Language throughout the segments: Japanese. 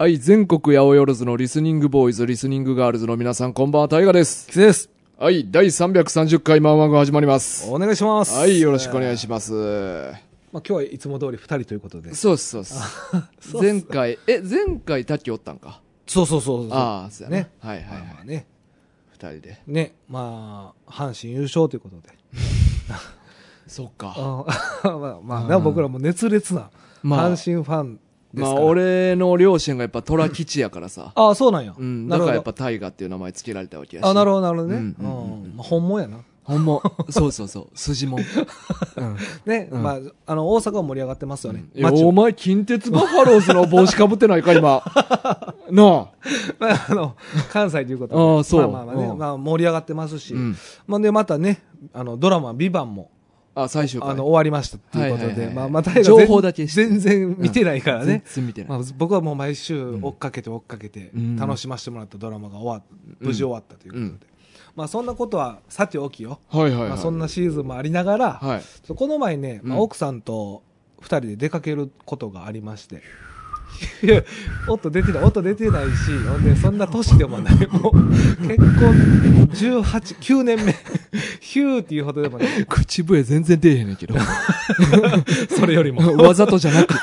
はい、全国八百万のリスニングボーイズ、リスニングガールズの皆さん、こんばんは、タイガです。 キセです。 はい、第330回マンワグ始まります。 お願いします。 はい、よろしくお願いします。 まあ、今日はいつも通り2人ということで。 そうっす、そうっす。前回タッキーおったんか。 そう。 ああ、そうやね。はい。 まあね。 2人で。 ね、まあ、阪神優勝ということで。 そっか。 まあ、僕らも熱烈な阪神ファンですから。 まあ、俺の両親がやっぱ虎吉やからさ。 ああ、そうなんや。 うん。だからやっぱタイガっていう名前つけられたわけやし。 あ、なるほどね。本物やな。 本物。そう。筋もん。 ね、まあ、大阪は盛り上がってますよね。 お前、近鉄バファローズの帽子かぶってないか、今。なあ。 関西ということで。 ああ、そう。 まあね、盛り上がってますし。まあで、またね、ドラマ、ビバンも。 最終回。 終わりましたっていうことで。まあ、 情報だけ全然見てないからね。 全然見てない。 僕はもう毎週追っかけて、楽しませてもらったドラマが無事終わったということで。まあそんなことはさておきよ。まあそんなシーズンもありながら、この前ね、奥さんと2人で出かけることがありまして。いや、音出てないし、ほんで、そんな年でもない。もう、結婚9年目。ヒューっていうほどでもない。 口笛全然出えへんねんけど。 それよりも。 わざとじゃなく。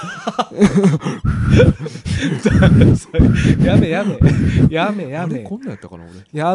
やめ。 こんなんやったかな、俺。 いや、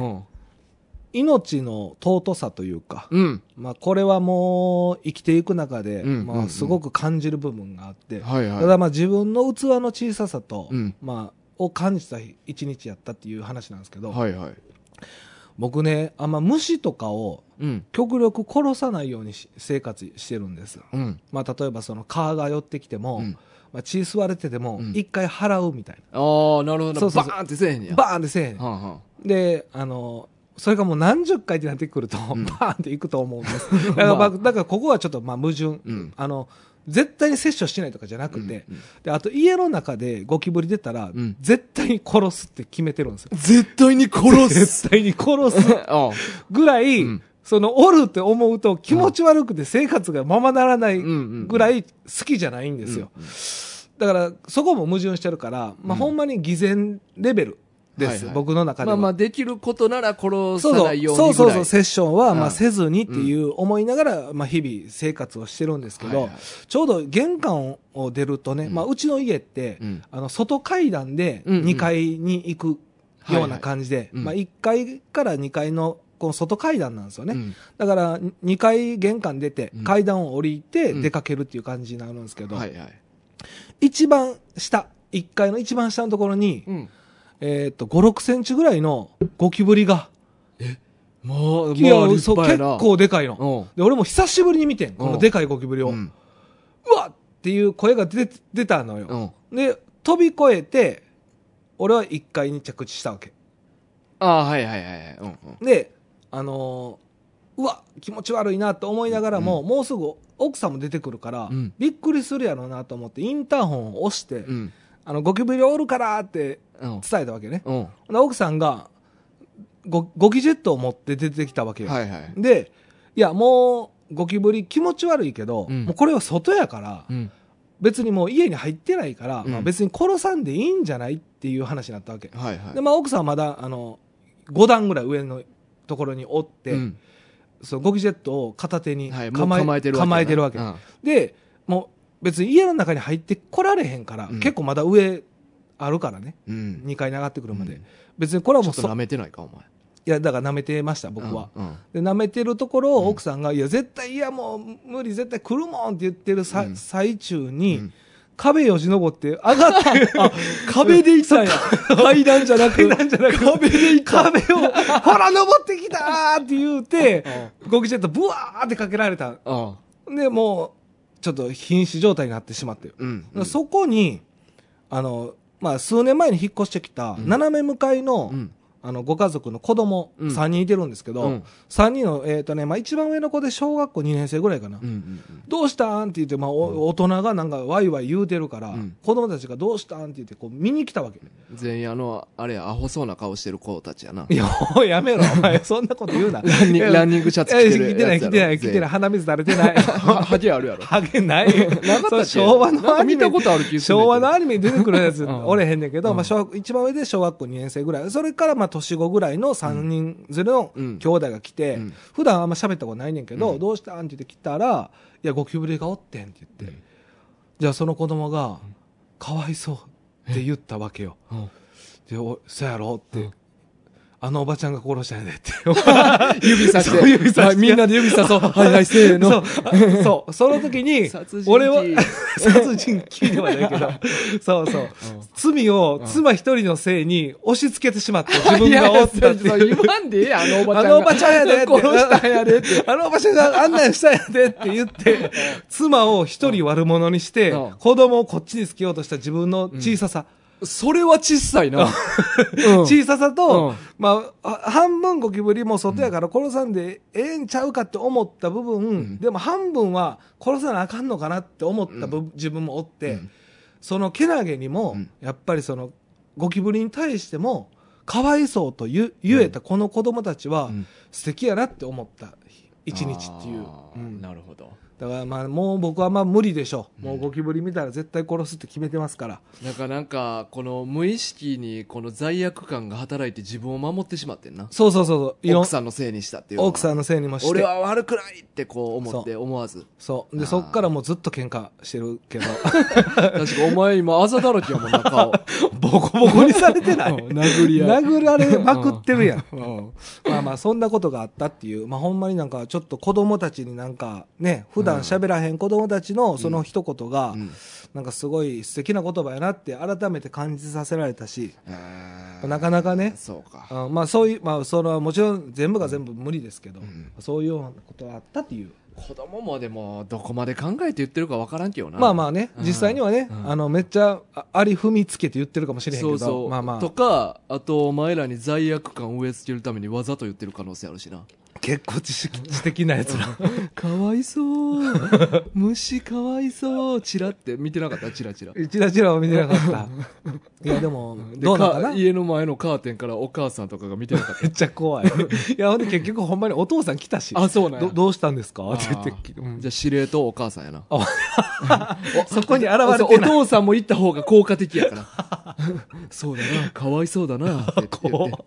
命の尊さというか、まあこれはもう生きていく中で、まあすごく感じる部分があって、ただまあ自分の器の小ささと、まあを感じた一日やったっていう話なんですけど、僕ね、あんま虫とかを極力殺さないように生活してるんです。まあ例えばその蚊が寄ってきても、まあ血吸われてても一回払うみたいな。 ああ、なるほど。バーンってせえへんや。 バーンってせえへん。で、それがもう何十回ってなってくると、バーンっていくと思うんです。だからここはちょっとまあ矛盾。絶対に殺生しないとかじゃなくて、で、あと家の中でゴキブリ出たら、絶対に殺すって決めてるんですよ。 絶対に殺すぐらい、おるって思うと気持ち悪くて生活がままならないぐらい好きじゃないんですよ。だから、そこも矛盾してるから、まあほんまに偽善レベル。です、僕の中では。 まあできることなら殺さないようにぐらい。 セッションはまあせずにっていう思いながら、まあ日々生活をしてるんですけど、ちょうど玄関を出るとね、まあうちの家って、外階段で2階に行くような感じで、まあ1階から2階のこの外階段なんですよね。だから2階玄関出て階段を降りて出かけるっていう感じになるんですけど、一番下、1階の一番下のところに、5、6センチぐらいのゴキブリが。 もう、 いや、そう、結構でかいの。で、俺も久しぶりに見てん、このでかいゴキブリを。うわっっていう声が出たのよ。で、飛び越えて、俺は1階に着地したわけ。で、うわ、気持ち悪いなと思いながらも、もうすぐ奥さんも出てくるから、びっくりするやろうなと思って、インターホンを押して、ゴキブリおるからって伝えたわけね。奥さんがゴキジェットを持って出てきたわけよ。で、いや、もうゴキブリ気持ち悪いけど、もうこれは外やから、別にもう家に入ってないから、まあ別に殺さんでいいんじゃないっていう話になったわけ。で、まあ奥さんはまだ5段ぐらい上のところにおって、そのゴキジェットを片手に構えてるわけ。で、もう別に家の中に入ってこられへんから、結構まだ上あるからね、2階に上がってくるまで、別にこれはもうちょっと舐めてないかお前。 いやだから舐めてました僕は、で舐めてるところを奥さんが、いや絶対、いやもう無理、絶対来るもんって言ってる最中に、壁よじ登って上がって壁で行ったんや。階段じゃなく壁で行った。 壁をほら登ってきたーって言うてゴキジェットブワーってかけられた。でもうちょっと瀕死状態になってしまって、そこにまあ数年前に引っ越してきた斜め向かいのご家族の子供3人いてるんですけど、3人の、まあ、一番上の子で小学校2年生ぐらいかな。どうしたんって言って、まあ、大人がなんかワイワイ言うてるから、子供たちがどうしたんって言って、こう見に来たわけ。 全員あれ、アホそうな顔してる子たちやな。 いや、やめろ、お前、そんなこと言うな。 ランニングシャツ着てるやつやろ。 着てない、鼻水垂れてない。 ハゲあるやろ。 ハゲない。 なかったっけ？ 昭和のアニメ。 見たことある気がする。 昭和のアニメに出てくるやつ、おれへんねんけど、まあ、一番上で小学校2年生ぐらい。それから、まあ、年後ぐらいの3人連れの兄弟が来て、普段あんま喋ったことないねんけど、どうしたんって言って来たら、いや、ゴキブリがおってんって言って、じゃあその子供が、かわいそうって言ったわけよ。で、そやろって。あのおばちゃんが殺したんやでって。 指さして。みんなで指さそう。はいはい、せーの。 そう。その時に、俺は、殺人鬼ではないけど、そう。罪を妻一人のせいに押し付けてしまって、自分がおったっていう。 言わんであのおばちゃんが。 あのおばちゃんやでって。 殺したんやでって。 あのおばちゃんがあんなんしたんやでって言って、妻を一人悪者にして、子供をこっちにつけようとした自分の小ささ。 それは小さいな。 小ささと、まあ、半分ゴキブリも外やから殺さんでええんちゃうかって思った部分、でも半分は殺さなあかんのかなって思った自分もおって、そのけなげにも、やっぱりそのゴキブリに対しても、かわいそうと言えたこの子供たちは、素敵やなって思った一日っていう。 なるほど。 だからまあもう僕はまあ無理でしょう。もうゴキブリ見たら絶対殺すって決めてますから。 なんかこの無意識にこの罪悪感が働いて自分を守ってしまってんな。 そう。 奥さんのせいにしたっていう。 奥さんのせいにもして。 俺は悪くないってこう思って思わず。 そう。で、そっからもうずっと喧嘩してるけど。 確かお前今あざだらけやもんな、顔。 ボコボコにされてない殴られまくってるやん。まあまあそんなことがあったっていう。まあほんまになんかちょっと子供たちになんかね、普段喋らへん子供たちのその一言が、なんかすごい素敵な言葉やなって改めて感じさせられたし、なかなかね、 そうか。 まあそういう、まあそれはもちろん全部が全部無理ですけど、そういうようなことがあったっていう。 子供もでもどこまで考えて言ってるかわからんけどな。 まあまあね、実際にはね、めっちゃあり踏みつけて言ってるかもしれへんけど、まあまあ。 とか、あとお前らに罪悪感を植え付けるためにわざと言ってる可能性あるしな。 結構知的なやつら。 かわいそう。虫かわいそう。チラって見てなかったチラチラ。 チラチラは見てなかった。いやでも、どうなのかな、 家の前のカーテンからお母さんとかが見てなかった。 めっちゃ怖い。いや、ほんで結局ほんまにお父さん来たし。 あ、そうなんや。 どうしたんですかって言って。 じゃあ司令とお母さんやな。 そこに現れてお父さんも行った方が効果的やから。そうだな、かわいそうだな、って言って。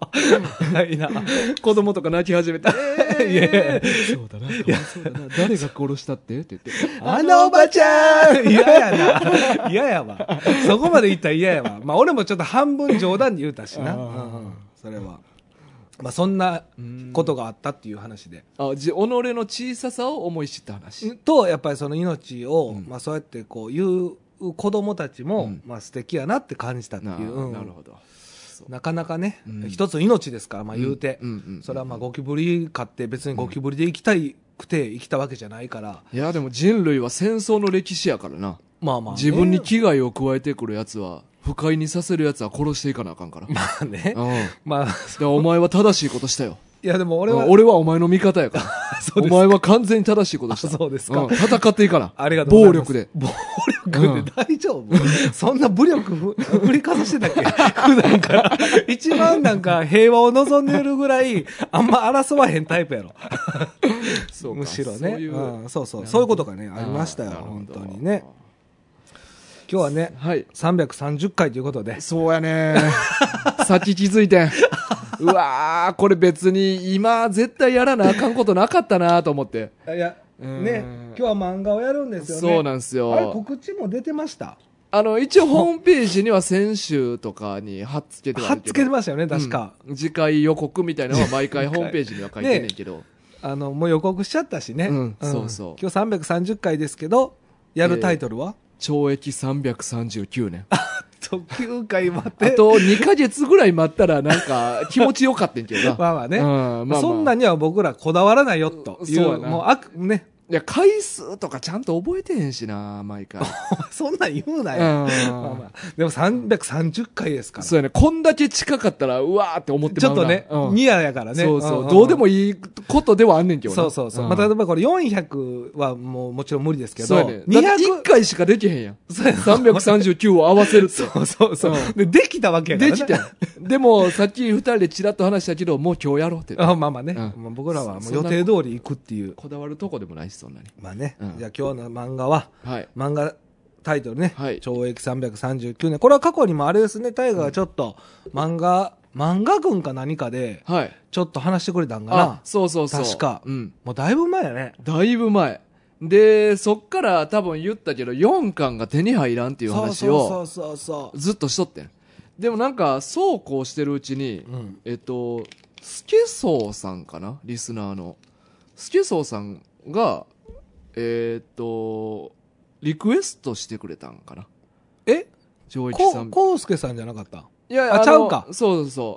いいな。子供とか泣き始めて、いやそうだな、かわいそうだな、誰が殺したってって言って。 あのおばちゃん嫌やな。嫌やわ。そこまで言ったら嫌やわ。まあ俺もちょっと半分冗談で言うたしな。それは。まあそんなことがあったっていう話で。 己の小ささを思い知った話。 と、やっぱりその命を、まあそうやってこう言う子供たちも、まあ素敵やなって感じたっていう。 なるほど。 なかなかね、一つ命ですから、まあ言うて。それはまあゴキブリ飼って別にゴキブリで生きたくて生きたわけじゃないから。 いやでも人類は戦争の歴史やからな。 まあまあ、ね。 自分に危害を加えてくるやつは、不快にさせるやつは殺していかなあかんから。 まあね。まあ。 お前は正しいことしたよ。 いやでも俺はお前の味方やから。お前は完全に正しいことした。 そうですか。 戦っていいかな。 ありがとうございます。 暴力で。 暴力で大丈夫、そんな武力振りかざしてたっけ普段から。一番なんか平和を望んでるぐらい、あんま争わへんタイプやろ。そうむしろね。そういうことがね、ありましたよ。本当にね。今日はね、330回ということで。 そうやね。さっき気づいてん。うわー、これ別に今絶対やらなあかんことなかったなと思って。 いや、ね、今日は漫画をやるんですよね。 そうなんですよ。 あれ告知も出てました？ 一応ホームページには先週とかに貼っつけては貼っつけてましたよね、確か。 次回予告みたいなのは毎回ホームページには書いてんねんけど。 もう予告しちゃったしね。 そうそう。 今日330回ですけど、やるタイトルは懲役339年。 9回待って。 あと2ヶ月ぐらい待ったらなんか気持ちよかったんけどな。 まあまあね。そんなには僕らこだわらないよという。もうね。 いいや、回数とかちゃんと覚えてへんしな、毎回。 そんなん言うなよ。まあまあ。でも330回ですから。 そうやね。こんだけ近かったら、うわーって思ってまうな。 ちょっとね、ニアやからね。 そうそう。どうでもいいことではあんねんけどな。 そうそうそう。まあ、例えばこれ400はもちろん無理ですけど。 そうやね。1回しかできへんやん。 そうやな。 339を合わせるって。 そうそうそう。できたわけやからね。 できた。でも、さっき2人でチラッと話したけど、もう今日やろうって。 まあまあね。僕らはもう予定通り行くっていう。 こだわるとこでもないし、そんなに。 まあね。じゃあ今日の漫画は、漫画タイトルね、懲役339年。これは過去にもあれですね、大河がちょっと漫画群か何かで、ちょっと話してくれたんかな。 そうそうそう。 確か。もうだいぶ前やね。 だいぶ前。で、そっから多分言ったけど、4巻が手に入らんっていう話を、ずっとしとってん。でもなんか、そうこうしてるうちに、スケソウさんかなリスナーの。スケソウさんが、リクエストしてくれたんかな。懲役3。 コウスケさんじゃなかった？ いや、 ちゃうか。 そうそう。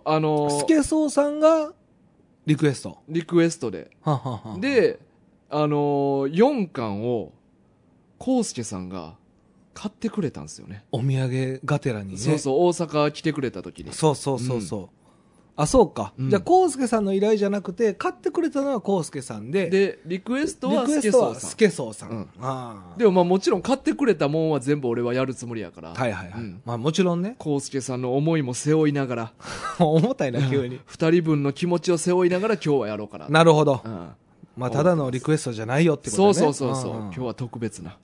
スケソウさんが、リクエストで。で、4巻を、コウスケさんが買ってくれたんですよね。 お土産がてらにね。 そうそう、大阪来てくれた時に。 そう。あ、そうか。じゃあ、コウスケさんの依頼じゃなくて、買ってくれたのはコウスケさんで。 で、リクエストはスケソウさん。 でもまあもちろん買ってくれたもんは全部俺はやるつもりやから。 まあもちろんね。 コウスケさんの思いも背負いながら。 重たいな、急に。 2人分の気持ちを背負いながら今日はやろうかな。 なるほど。まあただのリクエストじゃないよってことね。 そう。今日は特別な。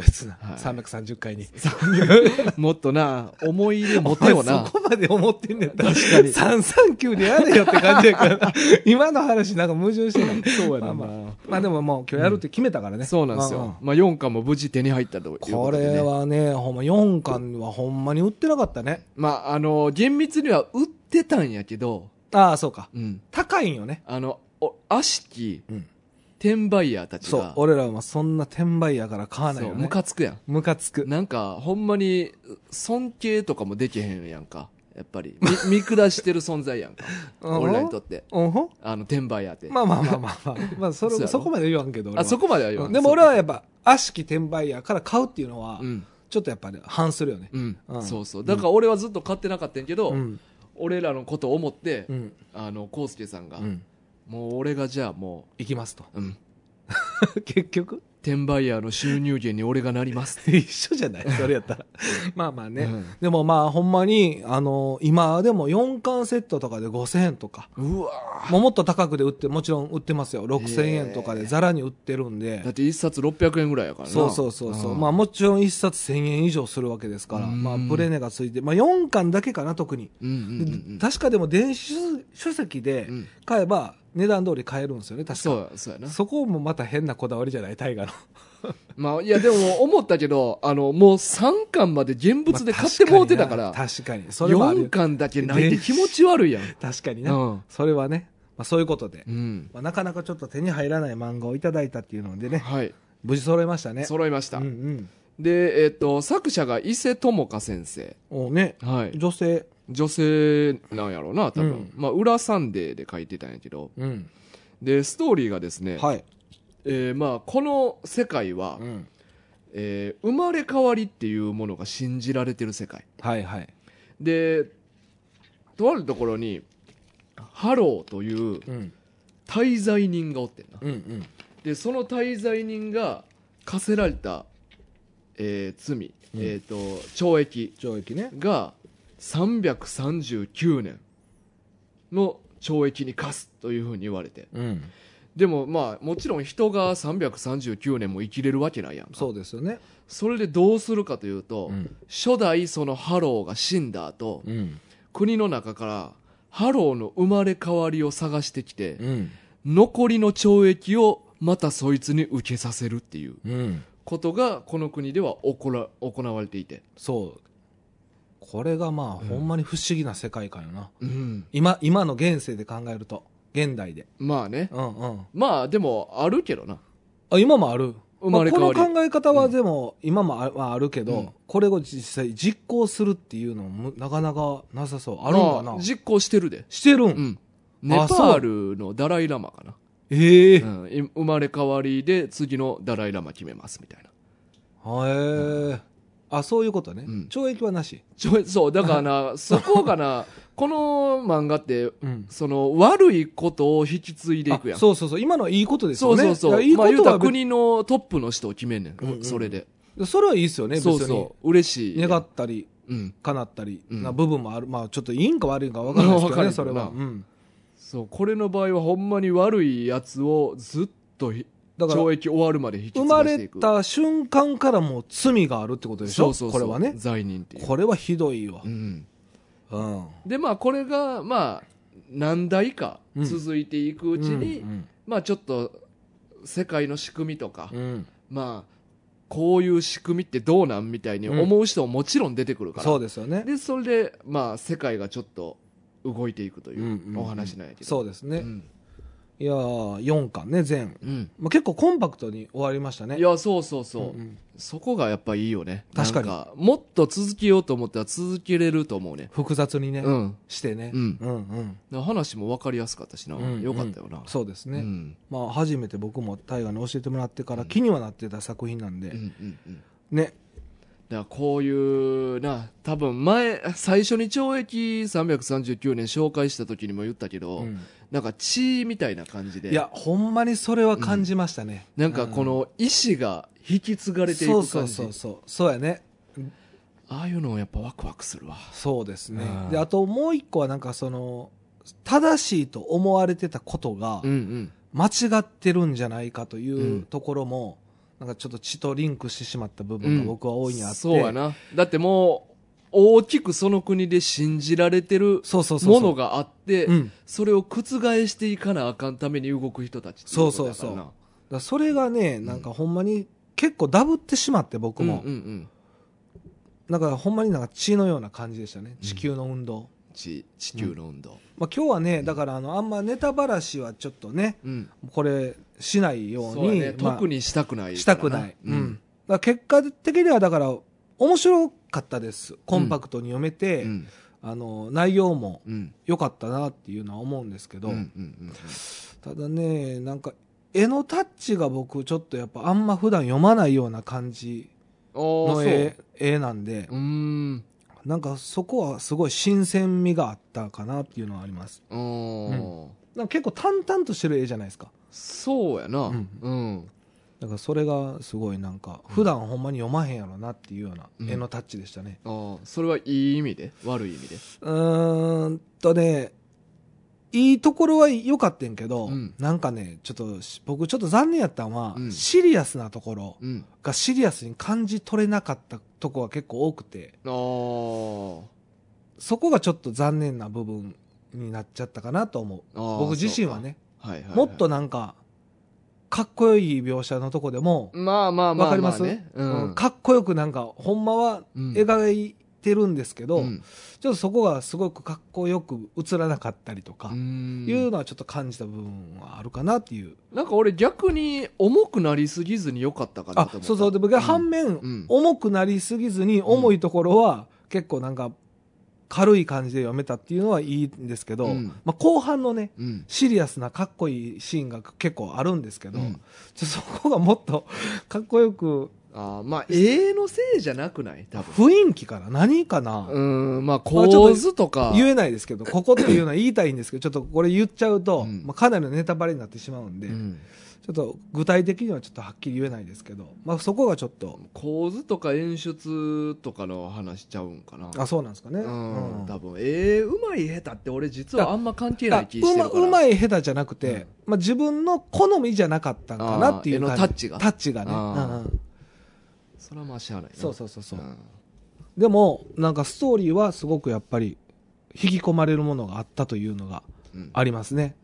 330回に。 もっとな、思い入れ持てよな。 そこまで思ってんねん。確かに。339でやれよって感じやから。今の話なんか矛盾してない。 そうやな。 まあでももう今日やるって決めたからね。 そうなんですよ。まあ4巻も無事手に入ったということで。 これはね、ほんま4巻はほんまに売ってなかったね。 まあ厳密には売ってたんやけど。 ああ、そうか。高いんよね。 悪しき。転売ヤーたちが。 そう、俺らはそんな転売ヤーから買わないよね。 ムカつくやん。 ムカつく。 なんか、ほんまに、尊敬とかもできへんやんか。やっぱり。見下してる存在やんか。俺らにとって。転売ヤーって。 まあ、そこまで言わんけど。 そこまでは言わん。 でも俺はやっぱ、悪しき転売ヤーから買うっていうのは、ちょっとやっぱり反するよね。 そう。だから俺はずっと買ってなかったんやけど、俺らのことを思って、コウスケさんが、もう俺がじゃあもう行きますと。結局転売ヤーの収入源に俺がなります。 一緒じゃないそれやったら。まあまあね。でもまあほんまに、今でも4巻セットとかで5000円とか。 うわもっと高くでもちろん売ってますよ。6000円とかでザラに売ってるんで。 だって1冊600円ぐらいやからな。 そう。まあもちろん1冊1000円以上するわけですから。まあプレネがついて、まあ4巻だけかな特に。確かでも電子書籍で買えば、値段通り買えるんですよね、確か。 そうやな。 そこもまた変なこだわりじゃない、大河の。 まあ、いや、でも思ったけど、もう3巻まで現物で買ってもうてたから。 確かに。 それ4巻だけないって気持ち悪いやん。 確かにな。それはね、まあそういうことで。なかなかちょっと手に入らない漫画をいただいたっていうのでね。無事揃いましたね。 揃いました。で、作者が伊勢智香先生。 ね。 女性なんやろうな、多分。まあ、裏サンデーで書いてたんやけど。で、ストーリーがですね、まあ、この世界は、生まれ変わりっていうものが信じられてる世界。で、とあるところに、ハローという滞在人がおってんな。で、その滞在人が課せられた、罪、懲役が、339年の懲役に課すというふうに言われて、でもまあもちろん人が339年も生きれるわけないやんか。 そうですよね。 それでどうするかというと、初代そのハローが死んだ後、国の中からハローの生まれ変わりを探してきて、残りの懲役をまたそいつに受けさせるっていうことがこの国では行われていて、 そうこれがまあ、ほんまに不思議な世界観よな、今の現世で考えると、現代で。 まあね、まあでもあるけどな。 今もある。この考え方はでも今もあるけど、これを実際実行するっていうのもなかなかなさそう。あるんかな。 実行してるで。 してるん。 ネパールのダライラマかな。 生まれ変わりで次のダライラマ決めますみたいな。 そういうことね、懲役はなし。 そうだからなそこがなこの漫画って、その悪いことを引き継いでいくやん。 そう今のはいいことですよね。 いいことは言うたら国のトップの人を決めんねん、それで。 それはいいですよね。別に嬉しい。 願ったり叶ったりな部分もある。ちょっといいんか悪いんか分からないですけどね、それは。 そうこれの場合はほんまに悪いやつをずっと懲役終わるまで引き継がしていく。 生まれた瞬間からもう罪があるってことでしょ。これはね、 罪人っていう。 これはひどいわ。 でこれが何代か続いていくうちに、ちょっと世界の仕組みとか、こういう仕組みってどうなんみたいに思う人ももちろん出てくるから、 そうですよね。 でそれで世界がちょっと動いていくというお話なんやけど、 そうですね。いや4巻ね全、結構コンパクトに終わりましたね。 いやそう、そこがやっぱいいよね。 確かになんかもっと続けようと思ったら続けれると思うね。 複雑にね、してね、 話も分かりやすかったしな、よかったよな。 そうですね、初めて僕も大河に教えてもらってから気にはなってた作品なんで、ね。 だからこういうな、多分最初に懲役339年紹介した時にも言ったけど、なんか血みたいな感じで、 いやほんまにそれは感じましたね。 なんかこの意志が引き継がれていく感じ。 そうやね。 ああいうのをやっぱワクワクするわ。 そうですね。であともう一個はなんかその正しいと思われてたことが間違ってるんじゃないかというところも、なんかちょっと血とリンクしてしまった部分が僕は大いにあって、 そうやな。だってもう大きくその国で信じられてるものがあって、それを覆していかなあかんために動く人たちっていうことだからな。 だそれがね、なんかほんまに結構ダブってしまって、僕も、なんかほんまになんか血のような感じでしたね。地球の運動、 地球の運動、 今日はね、だからあんまネタばらしはちょっとね、これしないように、 特にしたくない、 したくない、だから結果的にはだから面白かったです。コンパクトに読めて、内容も良かったなっていうのは思うんですけど、ただね、なんか絵のタッチが僕ちょっとやっぱあんま普段読まないような感じの絵なんで、なんかそこはすごい新鮮味があったかなっていうのはあります。なんか結構淡々としてる絵じゃないですか。 そうやな。 だからそれがすごいなんか普段ほんまに読まへんやろなっていうような絵のタッチでしたね。 それはいい意味で悪い意味で？ ね、いいところは良かったんけど、なんかね、僕ちょっと残念やったのは、シリアスなところがシリアスに感じ取れなかったとこが結構多くて、そこがちょっと残念な部分になっちゃったかなと思う。僕自身はね、もっとなんかかっこいい描写のとこでも、わかります？かっこよくなんかほんまは描いてるんですけど、ちょっとそこがすごくかっこよく映らなかったりとかいうのはちょっと感じた部分はあるかなっていう。 なんか俺逆に重くなりすぎずに良かったかなと思った。 で僕は反面、重くなりすぎずに重いところは結構なんか軽い感じで読めたっていうのはいいんですけど、後半のね、シリアスなかっこいいシーンが結構あるんですけど、そこがもっとかっこよく、 絵のせいじゃなくない？多分雰囲気から何かな、 構図とか言えないですけど、ここっていうのは言いたいんですけど、ちょっとこれ言っちゃうと、かなりのネタバレになってしまうんで、ちょっと具体的にはちょっとはっきり言えないですけど、そこがちょっと構図とか演出とかの話しちゃうんかな。 そうなんですかね。 多分うまい下手って俺実はあんま関係ない気してるから。 うまい下手じゃなくて、自分の好みじゃなかったんかなっていう感じ。 タッチがね。 それはまあしゃあないな。 そう。でもなんかストーリーはすごくやっぱり引き込まれるものがあったというのがありますね。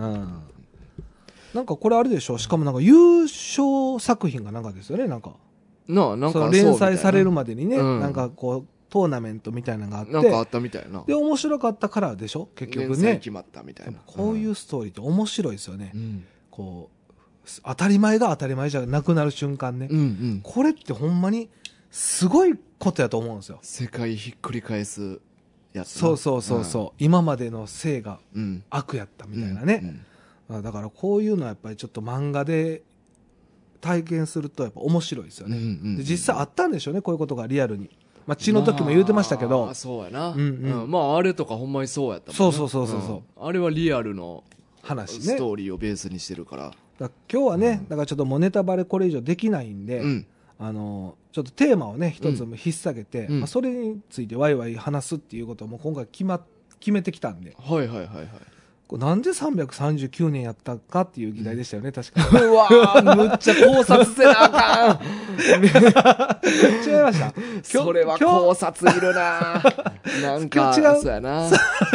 なんかこれあれでしょ、しかもなんか優勝作品がなんかですよね、なんか連載されるまでにね、なんかこうトーナメントみたいなのがあって、 なんかあったみたいな。 で面白かったからでしょ、結局ね。 連載決まったみたいな。 こういうストーリーって面白いですよね。こう当たり前が当たり前じゃなくなる瞬間ね。これってほんまにすごいことやと思うんですよ。 世界ひっくり返すやつ。 そう。今までの正が悪やったみたいなね。 だからこういうのはやっぱりちょっと漫画で体験するとやっぱ面白いですよね、で実際あったんでしょうね、こういうことがリアルに。まあ、血の時も言うてましたけど、 そうやな、まああれとかほんまにそうやったもんね。そう、あれはリアルの話ね、ストーリーをベースにしてるから。 今日はね、だからちょっともうネタバレこれ以上できないんで、ちょっとテーマをね一つ引っ提げて、まあ、それについてワイワイ話すっていうことをもう今回決めてきたんで、なんで339年やったかっていう議題でしたよね、確かに。 うわー、むっちゃ考察せなあかん。 違いました。 それは考察いるな。なんか、 今日違う。 そうやな。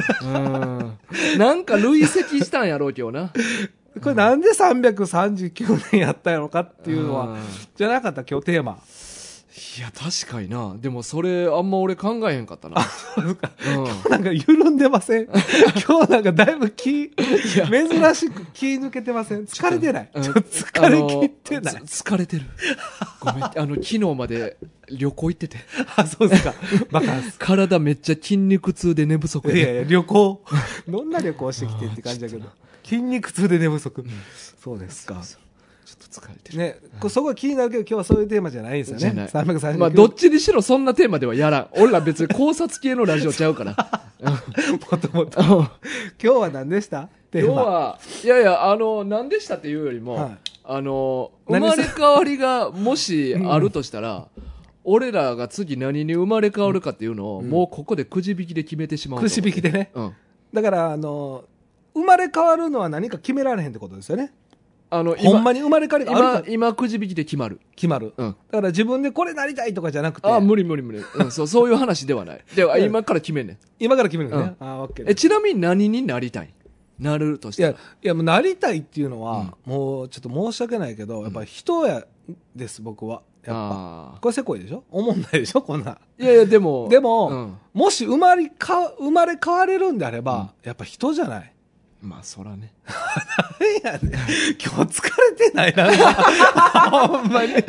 なんか累積したんやろうけどな。 これなんで339年やったんやろかっていうのは、じゃなかった今日テーマ。 いや、確かにな。でもそれ、あんま俺考えへんかったな。 そうですか。今日なんか緩んでません？今日なんかだいぶ珍しく気抜けてません？疲れてない？ちょっと疲れ切ってない？ 疲れてる。ごめん。昨日まで旅行行ってて。 あ、そうですか。バカンス。 体めっちゃ筋肉痛で寝不足や。 いやいや、旅行。どんな旅行してきてって感じだけど。筋肉痛で寝不足。そうですか。 ちょっと疲れてる。 ね、そこが気になるけど今日はそういうテーマじゃないんですよね。339。 まあどっちにしろそんなテーマではやらん。俺ら別に考察系のラジオちゃうから。 もともと。今日は何でした？ 今日は、いやいや、何でしたっていうよりも、生まれ変わりがもしあるとしたら、俺らが次何に生まれ変わるかっていうのを、もうここでくじ引きで決めてしまう。 くじ引きでね。だから、生まれ変わるのは何か決められへんってことですよね。ほんまに生まれ変わりがあるか今くじ引きで決まる。 だから自分でこれなりたいとかじゃなくて。 無理。そういう話ではない。では今から決めんねん。 今から決めるね。オッケー。 ちなみに何になりたい？なるとしたら。 いや、もうなりたいっていうのは、もうちょっと申し訳ないけど、やっぱ人です、僕は。やっぱ。これせこいでしょ？思んないでしょ？こんな。 いやいや、でも、 もし生まれ変われるんであれば、やっぱ人じゃない。 まあ、そらね。 何やねん。今日疲れてないなんか。ほんまに。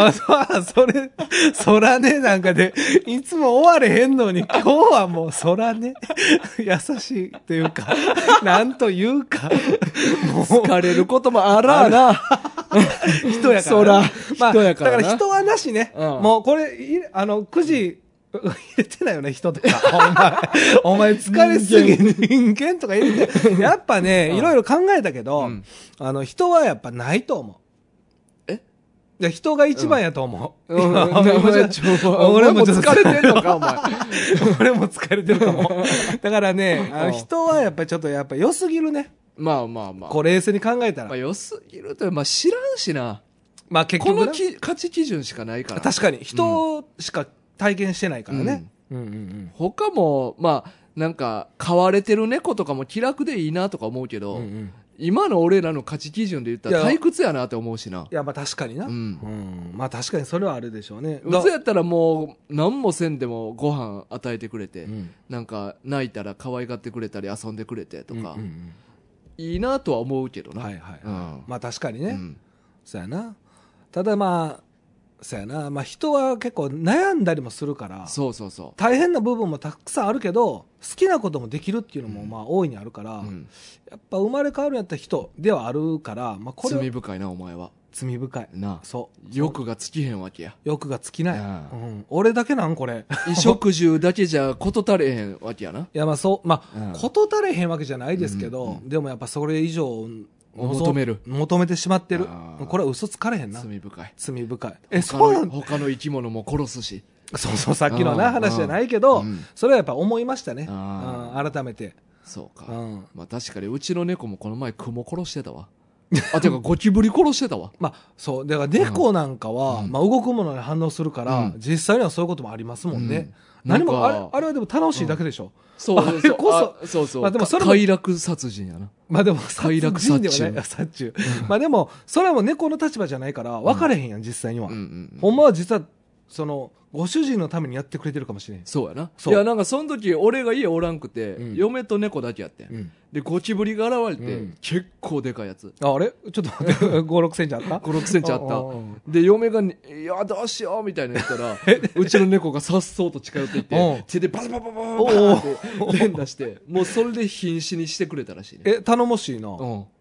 そらね、なんかで、いつも終われへんのに、今日はもうそらね。優しいというか、なんというか。 もう疲れることもあらな。 人やから。 そら、人やから。 だから人はなしね。もうこれ、9時、入れてないよね、人とか。お前疲れすぎ人間とか入れて。やっぱね、いろいろ考えたけど、人はやっぱないと思う。いや、人が一番やと思う。俺も疲れてんのか、お前。俺も疲れてるかも。だからね、人はやっぱちょっとやっぱ良すぎるね。 まあ。 こう冷静に考えたら。 良すぎると、知らんしな。 まあ結局。 この価値基準しかないから。 確かに。人しか体験してないからね。 他も、なんか、飼われてる猫とかも気楽でいいなとか思うけど、今の俺らの価値基準で言ったら退屈やなって思うしな。 いや、確かにな。まあ確かにそれはあるでしょうね。 うつやったらもう、何もせんでもご飯与えてくれて、なんか、泣いたら可愛がってくれたり遊んでくれてとか、いいなとは思うけどな。 まあ確かにね。そうやな。ただそうやな。人は結構悩んだりもするから。 そう。 大変な部分もたくさんあるけど、好きなこともできるっていうのも大いにあるから、やっぱ生まれ変わるんやったら人ではあるから、 これ罪深いな、お前は。 罪深い。 なあ。そう。欲が尽きへんわけや。 欲が尽きない。俺だけなんこれ。 衣食住だけじゃ事足れへんわけやな。 いや、事足れへんわけじゃないですけど、でもやっぱそれ以上、求めてしまってる。これは嘘つかれへんな。 罪深い。 他の生き物も殺すし。 そう、さっきの話じゃないけど、それはやっぱ思いましたね。改めて。 そうか。確かにうちの猫もこの前雲殺してたわ。てかゴキブリ殺してたわ。 そう。だから猫なんかは、動くものに反応するから、実際にはそういうこともありますもんね。何も、あれはでも楽しいだけでしょ。 そう。でもそれ快楽殺人やな。 でも快楽殺人ではない。殺虫。でも、それはもう猫の立場じゃないから、分かれへんやん、実際には。ほんまは実は、ご主人のためにやってくれてるかもしれん。 そうやな。いや、なんかその時、俺が家おらんくて、嫁と猫だけやってん。で、ゴキブリが現れて、結構でかいやつ。 あれちょっと待って、5、6センチあった ?5、6センチあった。で、嫁が、いや、どうしようみたいな言ったら、うちの猫がさっそうと近寄っていって、手でバサバサバサって連打して、もうそれで瀕死にしてくれたらしいね。 頼もしいな。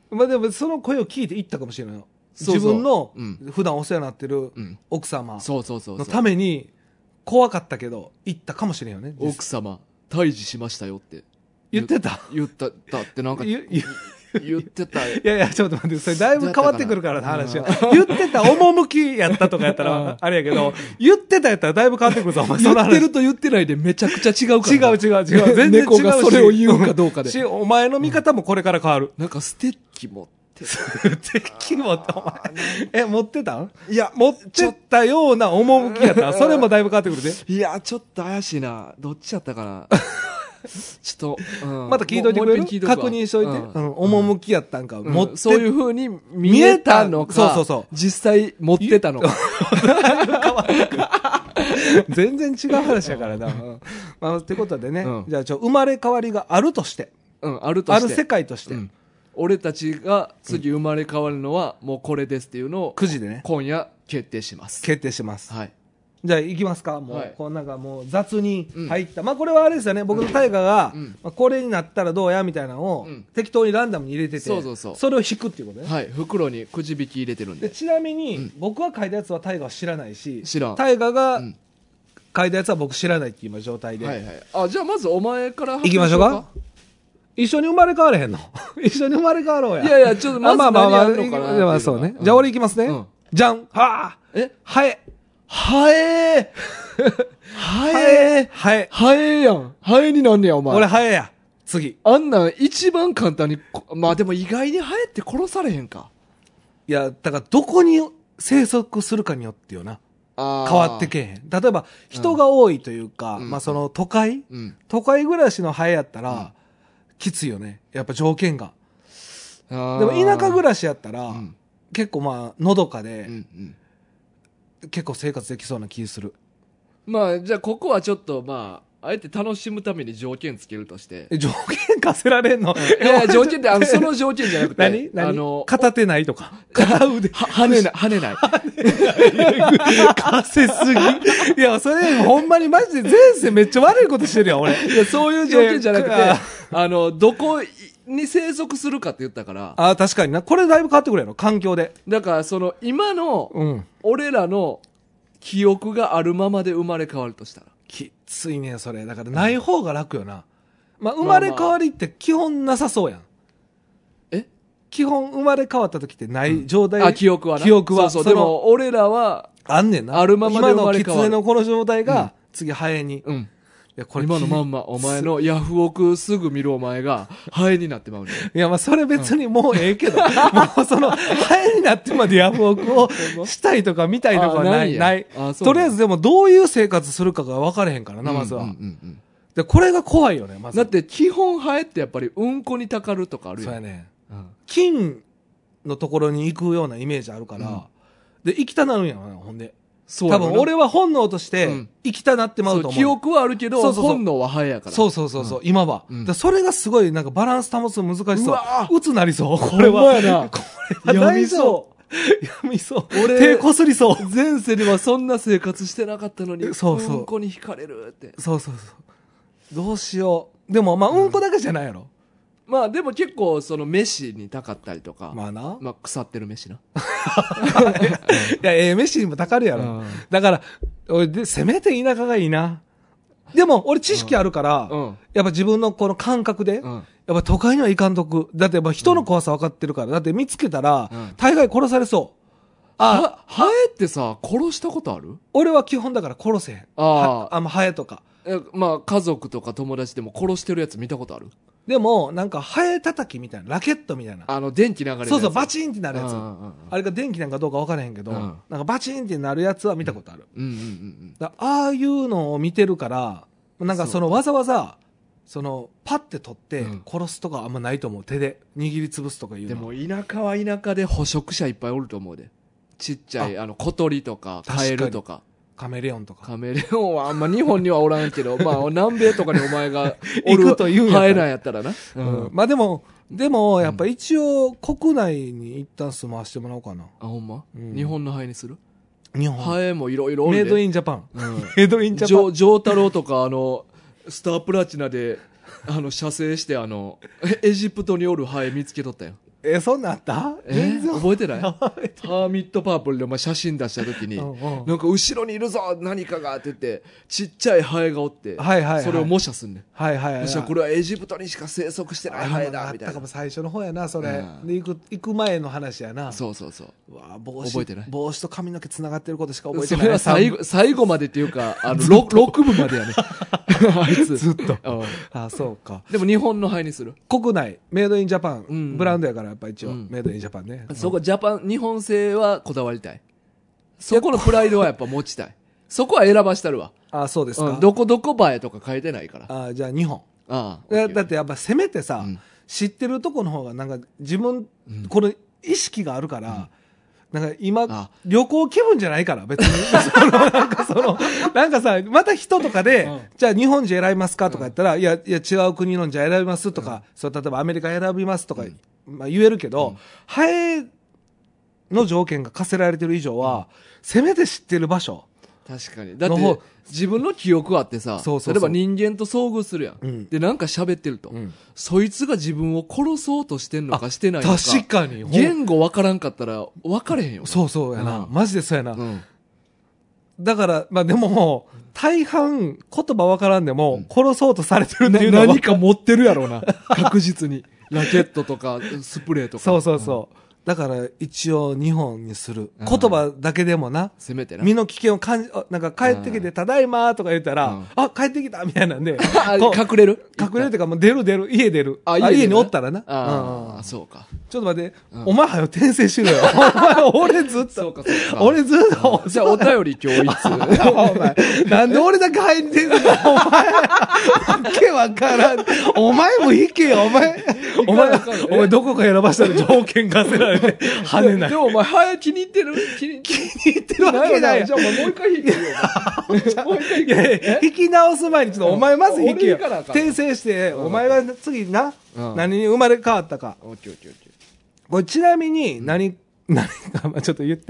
まあでもその声を聞いて行ったかもしれないよ。 そうそう自分のうん普段お世話になってるうん奥様そうそうそうそうのために怖かったけど行ったかもしれんよね。 奥様退治しましたよって言ってた。 言ったってなんか言言ってたいやいや、ちょっと待って、それだいぶ変わってくるからな、話は。言ってた趣やったとかやったら、あれやけど、言ってたやったらだいぶ変わってくるぞ、お前。 言ってると言ってないでめちゃくちゃ違うからな。 違う。全然違うし。 猫がそれを言うかどうかで。 お前の見方もこれから変わる。 なんかステッキ持って敵持って、お前。持ってたんいや、持ってたような趣やったら、それもだいぶ変わってくるで。 いや、ちょっと怪しいな。どっちやったかな。ちょっと、 また聞いといてくれる？確認しといて。趣やったんか。持って、 そういう風に見えたのか。 そう。 実際持ってたのか。 全然違う話やからな。まあ、ってことでね。じゃあ、生まれ変わりがあるとして。 あるとして。 ある世界として。 俺たちが次生まれ変わるのはもうこれですっていうのを 9時でね。 今夜決定します。 決定します。 はい。 じゃあ行きますか。もう、 はい、 こうなんかもう雑に入った。まあこれはあれですよね。僕の大河が、まあ、これになったらどうやみたいなのを、適当にランダムに入れてて、それを引くっていうことね。 はい。袋にくじ引き入れてるんで。 ちなみに、僕が書いたやつは大河は知らないし、 知らん。 大河が書いたやつは僕知らないっていう今状態で。 はいはい。あ、じゃあまずお前から行きましょうか。一緒に生まれ変われへんの一緒に生まれ変わろうや。 いやいや、ちょっとまず何やるのかな。 まあそうね。じゃあ俺行きますね。じゃん。はぁ。ハエ。 ハエやん。ハエになんねや、お前。 俺ハエや。次。 あんなん一番簡単に、まあでも意外にハエって殺されへんか。 いや、だからどこに生息するかによってよな。変わってけへん。例えば、人が多いというか、まあその都会暮らしのハエやったら、きついよね。やっぱ条件が。でも田舎暮らしやったら、結構まあ、のどかで、結構生活できそうな気する。 まあ、じゃあここはちょっとまあ、あえて楽しむために条件つけるとして。 条件課せられんの？ いや、条件ってその条件じゃなくて。 何片手ないとか。片腕。 跳ねない。 かせすぎ。いや、それ、ほんまにマジで前世めっちゃ悪いことしてるよ、俺。 いや、そういう条件じゃなくて、どこに生息するかって言ったから。 ああ、確かにな。これだいぶ変わってくるやろ、環境で。 だから、今の、俺らの記憶があるままで生まれ変わるとしたら。 きついね、それ。だからない方が楽よな。まあ、生まれ変わりって基本なさそうやん。基本生まれ変わった時ってない状態。 あ、記憶はな。 記憶は。 そう。でも、俺らは、 あんねんな。 あるままで生まれ変わる。 今の狐のこの状態が、次ハエに。 いや、これ今のまんま、お前のヤフオクすぐ見るお前が、ハエになってまうね。 いや、まあ、それ別にもうええけど、もうハエになってまでヤフオクをしたいとか見たいとかはない。とりあえずでもどういう生活するかが分かれへんからな、まずは。で、これが怖いよね、まず。 だって基本ハエってやっぱりうんこにたかるとかあるよ。 そうやね。菌のところに行くようなイメージあるから、で、行きたなるんやろな、ほんで。多分俺は本能として生きたなってまうと思う。 記憶はあるけど、本能はハエやから。 そう、今は。それがすごいなんかバランス保つの難しそう。うつなりそう、これは。これは大丈夫。やみそう。俺、手こすりそう。 前世ではそんな生活してなかったのに、うんこに惹かれるって。 そう。どうしよう。でも、まあ、うんこだけじゃないやろ。 まあでも結構飯にたかったりとか。 まあな。 まあ腐ってる飯な。いや、飯にもたかるやろ。だから、俺せめて田舎がいいな。でも、俺知識あるから、やっぱ自分のこの感覚で、やっぱ都会には行かんとく。だってやっぱ人の怖さ分かってるから。だって見つけたら、大概殺されそう。 ハエってさ、殺したことある？ 俺は基本だから殺せへん。ハエとか。 まあ家族とか友達でも殺してるやつ見たことある？ でも、なんか、ハエ叩きみたいな、ラケットみたいな。 電気流れるやつ。 そう、バチンってなるやつ。あれが電気なんかどうか分からへんけど、なんかバチンってなるやつは見たことある。ああいうのを見てるから、なんかわざわざ、パッて取って殺すとかあんまないと思う。手で握りつぶすとかいうの。 でも田舎は田舎で捕食者いっぱいおると思うで。ちっちゃい、小鳥とか、カエルとか。 カメレオンとか。 カメレオンはあんま日本にはおらんけど、まあ南米とかにお前がおるハエなんやったらな。 まあでも、やっぱ一応国内に一旦住まわしてもらおうかな。 あ、ほんま？日本のハエにする？ 日本。 ハエもいろいろおるで。メイドインジャパン。メイドインジャパン。 ジョータロウとかスタープラチナで、射精してエジプトにおるハエ見つけとったよ。 そんなんあった全然覚えてないハーミットパープルでお前写真出した時に、なんか後ろにいるぞ何かがって言って、ちっちゃいハエがおって、それを模写すんねん。 はいはいはい。 模写これはエジプトにしか生息してないハエだ、みたいな。あったかも最初の方やな、それ。で、行く前の話やな。 そうそうそう。 うわ覚えてない。 帽子と髪の毛繋がってることしか覚えてない。 それは最後までっていうか、6部までやね。あいつ。 ずっと。あ、そうか。 でも日本のハエにする。 国内、メイドインジャパン、ブランドやからやっぱ一応、メイドインジャパンね。 そこ日本製はこだわりたい。そこのプライドはやっぱ持ちたい。そこは選ばしたるわ。 あ、そうですか。 どこ映えとか書いてないから。 じゃあ日本。だってやっぱせめてさ、知ってるとこの方がなんか自分、これ意識があるから、なんか今、旅行気分じゃないから、別に。なんかさ、また人とかで、じゃあ日本人選びますかとか言ったら、いや違う国のじゃあ選びますとか、例えばアメリカ選びますとか、まあ言えるけど、ハエの条件が課せられてる以上は、せめて知ってる場所。 確かに。だって、自分の記憶あってさ、例えば人間と遭遇するやん。で、なんか喋ってると。そいつが自分を殺そうとしてんのかしてないのか。 確かに。 言語分からんかったら分かれへんよ。 そうやな。マジでそうやな。だから、まあでも、大半言葉分からんでも、殺そうとされてるっていうのは何か持ってるやろうな。確実に。ラケットとか、スプレーとか。 そう。だから一応日本にする。言葉だけでもな。 せめてな。 身の危険を感じ、なんか帰ってきて、ただいまとか言ったら、あ、帰ってきたみたいなんで。 隠れるっていうか、もう出る、家出る。家におったらな。 そうか。 ちょっと待って、お前はよ転生しろよ。お前、俺ずっと。 そうか。 俺ずっと。 じゃあお便り今日いつお前、なんで俺だけ入ってんのお前、わけわからん。お前も行けよ、お前どこか選ばしたら条件課せられて、跳ねない。 でもお前、早気に入ってる気に入ってるわけない。 じゃあお前もう一回引けよ。もう一回引け。 引き直す前にちょっとお前まず引けよ。転生して、お前が次な、何に生まれ変わったか。これちなみに、何か、ちょっと言って。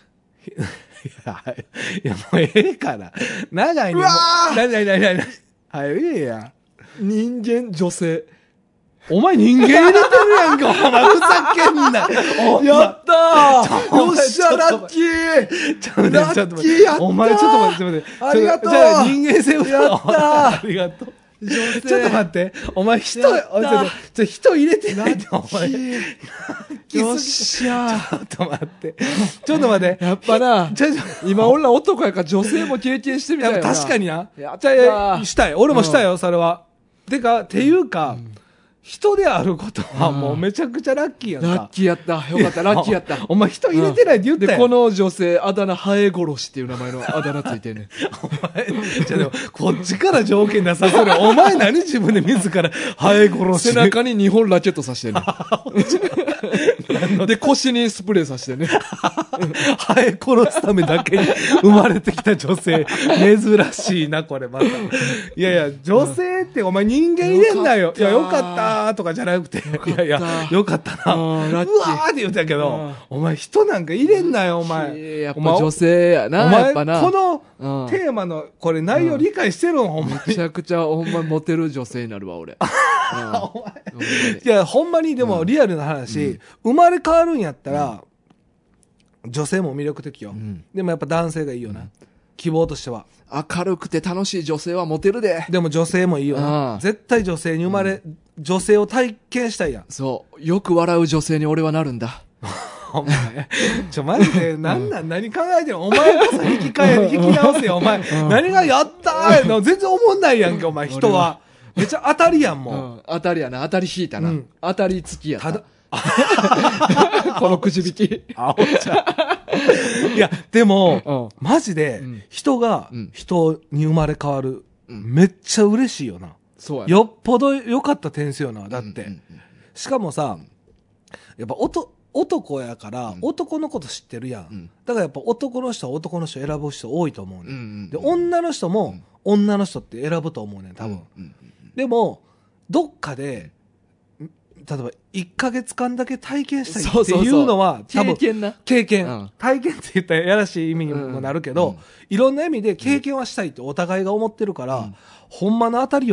いや、もうええから。長いね。うわー何はい、いいや。 人間、女性。 お前人間入れてるやんか、お前ふざけんな。 やったーよっしゃ、ラッキーちょっと待って。お前ちょっと待って。 ありがとう。 じゃあ人間性をやったーありがとう。ちょっと待って。お前人入れてないって、お前。 よっしゃちょっと待って。ちょっと待って。 やっぱな、今俺ら男やから女性も経験してみたいな。 確かにな。 やったー。 したい。俺もしたよ、それは。ていうか、人であることはもうめちゃくちゃラッキーやんか。 ラッキーやった。よかった、ラッキーやった。 お前人入れてないって言ったやん。 で、この女性、あだ名、ハエ殺しっていう名前のあだ名ついてんねん。 お前、じゃあでも、こっちから条件出させる。お前何自分で自らハエ殺し。 背中に2本ラケット刺してんねん。で、腰にスプレー刺してんねん。 ハエ殺すためだけに生まれてきた女性。珍しいな、これまた。いや、女性ってお前人間入れんなよ。いや、よかったとかじゃなくて、いや、よかったな。うわーって言ったけど、お前人なんか入れんなよ、お前。 やっぱ女性やな、やっぱな。 このテーマの、これ内容理解してるの、ほんまに。 めちゃくちゃ、ほんまモテる女性になるわ、俺。 いや、ほんまにでもリアルな話、生まれ変わるんやったら、女性も魅力的よ。でもやっぱ男性がいいよな。希望としては。 明るくて楽しい女性はモテるで。 でも女性もいいよな。絶対女性に女性を体験したいやん。 そう。よく笑う女性に俺はなるんだ。 お前、マジで、何考えてるお前こそ引き直せよ、お前。何がやったーの全然思んないやんけ、お前、人は。めっちゃ当たりやん、もう。 当たりやな、当たり引いたな。当たり付きやった。このくじ引き。 あおちゃん。いや、でも、マジで、人が人に生まれ変わる。めっちゃ嬉しいよな。 そうや。 よっぽど良かった点数よな、だって。しかもさ、やっぱ男やから、男のこと知ってるやん。だからやっぱ男の人は男の人選ぶ人多いと思うねん。で、女の人も女の人って選ぶと思うねん、多分。でも、どっかで、例えば1ヶ月間だけ体験したいっていうのは、多分、経験。体験って言ったらやらしい意味にもなるけど、いろんな意味で経験はしたいってお互いが思ってるから、ほんまの当たりよな。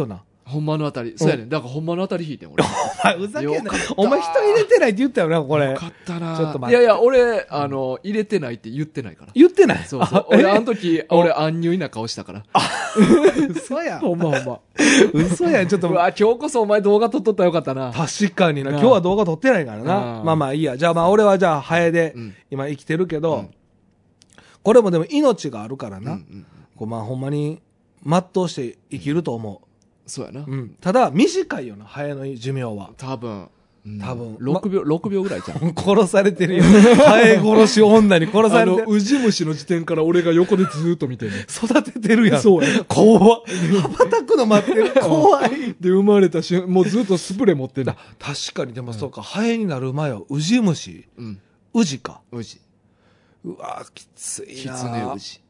ほんまの当たり。そうやねん。だからほんまの当たり引いてん、俺。 お前、ふざけんな。お前人入れてないって言ったよな、これ。 よかったな。 ちょっと待って。 いやいや、俺、入れてないって言ってないから。 言ってないそうそう。俺、あの時、俺、安入な顔したから。 嘘やん。 ほんまほんま。 嘘やん、ちょっと。 うわ、今日こそお前動画撮っとったらよかったな。 確かにな。今日は動画撮ってないからな。まあまあいいや。じゃあまあ俺はじゃあ、ハエで、今生きてるけど、これもでも命があるからな。まあほんまに、全うして生きると思う。 そうやな。 ただ、短いよな、ハエの寿命は。 多分。 6 秒ぐらいじゃん。 殺されてるよ。ハエ殺し女に殺されてる。 ウジ虫の時点から俺が横でずーっと見てる。 育ててるやん。 そうや。 怖っ。羽ばたくの待ってる。怖い。 で、生まれた瞬間、もうずっとスプレー持ってる。 確かに、でもそうか、ハエになる前はウジ虫。ウジか。 ウジ。 うわきついな。 キツネウジ。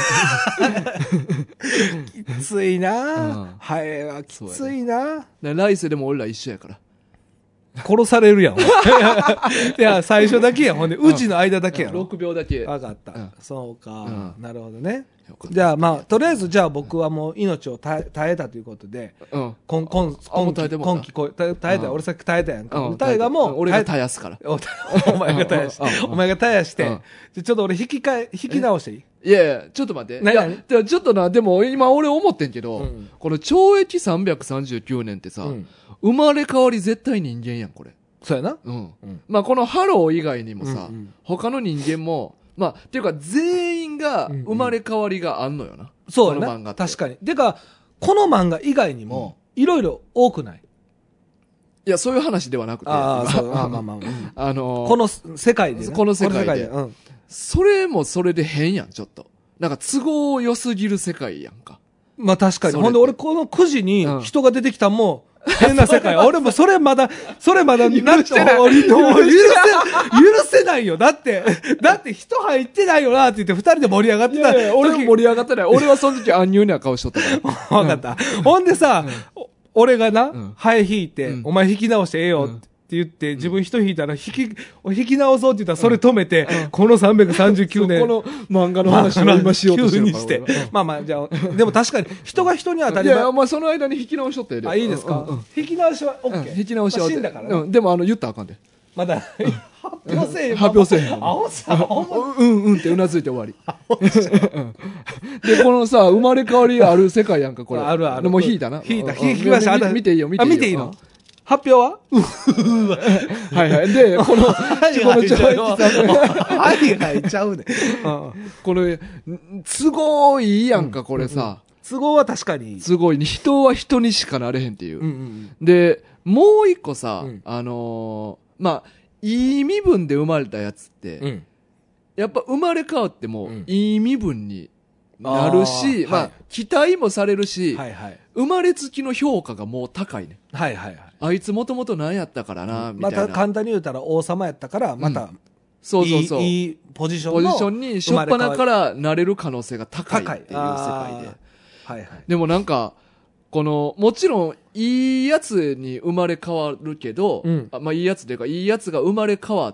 きついな。ハエはきついな。 来世でも俺ら一緒やから。 殺されるやん。いや、最初だけやん。ほんで、うちの間だけやろ。 6秒だけ。 わかった。そうか。なるほどね。じゃあまあ、とりあえずじゃあ僕はもう命を耐えたということで、今期耐えた。俺さっき耐えたやんか。耐えがもう、 俺が耐やすから。 お前が耐やして。お前が耐やして、ちょっと俺引き直していい？ いやいや、ちょっと待って。いや、ちょっとな、でも今俺思ってんけど、この懲役339年ってさ、生まれ変わり絶対人間やん、これ。 そうやな。 まあこのハロー以外にもさ、他の人間も、まあ、っていうか全員が生まれ変わりがあんのよな。 そうやな。確かに。てか、この漫画以外にも、いろいろ多くない？ いや、そういう話ではなくて。 まあまあ。この世界で。 この世界で。それもそれで変やん、ちょっと。なんか都合良すぎる世界やんか。 まあ確かに。ほんで俺この9時に人が出てきたんも、変な世界。俺もそれまだ、なってない。許せないよ。だって人入ってないよなって言って二人で盛り上がってた。 俺も盛り上がってない。俺はその時安入な顔しとったから。わかった。ほんでさ、俺がな、ハエ引いて、お前引き直してええよって言って、自分人引いたら引き直そうって言ったらそれ止めて、この339年。 この漫画の話を今しようとしてるから。 まあまあ、じゃあ、でも確かに人が人に当たり前。 いや、お前その間に引き直しとったよ。 あ、いいですか？引き直しは OK。 引き直しは。 死んだからね。 でも言ったらあかんで。 まだ、発表せえへん。 発表せえへん。 青さ、 ってうなずいて終わり。で、このさ、生まれ変わりある世界やんか、これ。 あるある。 もう引いたな。 引きました。 見ていいよ、見ていいの？発表ははいはい。で、この懲役はいはいちゃうね。 この、都合いいやんか、これさ。 都合は確かに。 すごい。人は人にしかなれへんっていう。で、もう一個さ、まあ、いい身分で生まれたやつって、やっぱ生まれ変わっても、いい身分になるし、まあ、期待もされるし、生まれつきの評価がもう高いね。あいつもともと何やったからな、みたいな。 また簡単に言うたら王様やったから、また、いいポジションに、しょっぱなからなれる可能性が高いっていう世界で。でもなんか、もちろん、いいやつに生まれ変わるけど、まあいいやつというか、いいやつが生まれ変わって、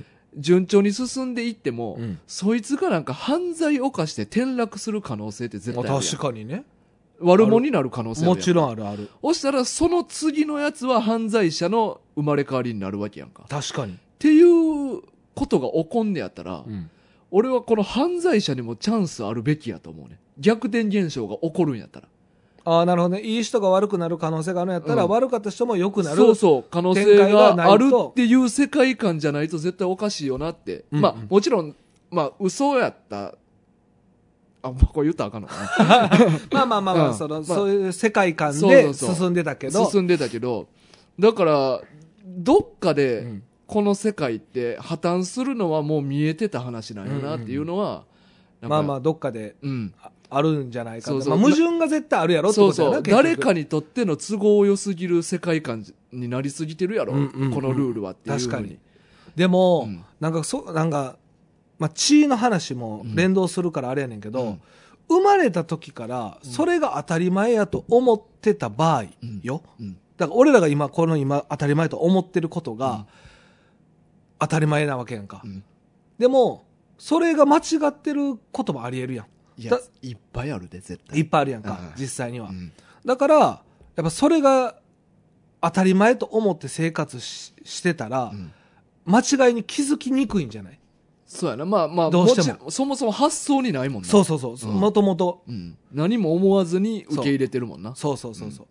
順調に進んでいっても、そいつがなんか犯罪を犯して転落する可能性って絶対ある。 確かにね。 悪者になる可能性もちろんあるある。 そしたら、その次のやつは犯罪者の生まれ変わりになるわけやんか。 確かに。 っていうことが起こんねやったら、俺はこの犯罪者にもチャンスあるべきやと思うね。逆転現象が起こるんやったら。 ああ、なるほどね。いい人が悪くなる可能性があるんやったら、悪かった人も良くなる。 そうそう。可能性があるっていう世界観じゃないと絶対おかしいよなって。まあ、もちろん、まあ、嘘やった。これ言ったらあかんのかな。まあ、そういう世界観で進んでたけど。 進んでたけど、だから、どっかで、この世界って破綻するのはもう見えてた話なんやなっていうのは、 まあまあ、どっかで、あるんじゃないかと。まあ、矛盾が絶対あるやろってことやな。 誰かにとっての都合良すぎる世界観になりすぎてるやろ、このルールはっていうふうに。 確かに。でも、なんか、まあ、血の話も連動するからあれやねんけど、生まれた時から、それが当たり前やと思ってた場合よ。だから俺らが今当たり前と思ってることが、当たり前なわけやんか。でも、それが間違ってることもあり得るやん。 いや、いっぱいあるで、絶対。 いっぱいあるやんか、実際には。だから、 やっぱそれが当たり前と思って生活してたら、間違いに気づきにくいんじゃない？ そうやな。まあまあ、 どうしてもそもそも発想にないもんな。 そうそうそう。もともと。 何も思わずに受け入れてるもんな。 そうそうそうそう。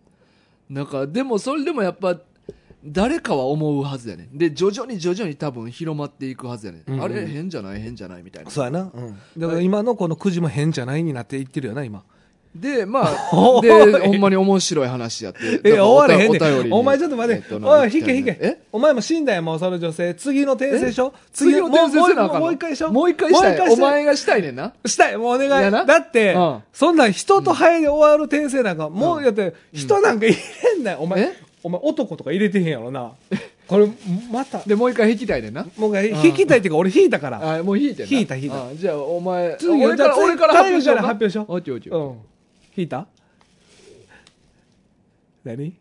なんか、でもそれでもやっぱ、誰かは思うはずやねん。で、徐々に多分広まっていくはずやねん。あれ、変じゃないみたいな。 そうやな。だから今のこのくじも変じゃないになっていってるよな、今。 で、まあ、で、ほんまに面白い話やって。 終われへんねん。 お便りお前ちょっと待って。おい、引け。お前も死んだよ、もうその女性。次の転生しょ？ 次の転生せなあかんの？ もう一回しょ？ もう一回したい。お前がしたいねんな。 したい、もうお願い。だって、そんなん人とハエで終わる転生なんか、もうやって、人なんか入れんなよ。お前男とか入れてへんやろな。これ、また。 で、もう一回引きたいねんな。 もう一回引きたいっていうか、俺引いたから。 あ、もう引いてんな。 引いた。 じゃあ、お前、 俺から発表しよう。発表しよう。 オッケー。 引いた？何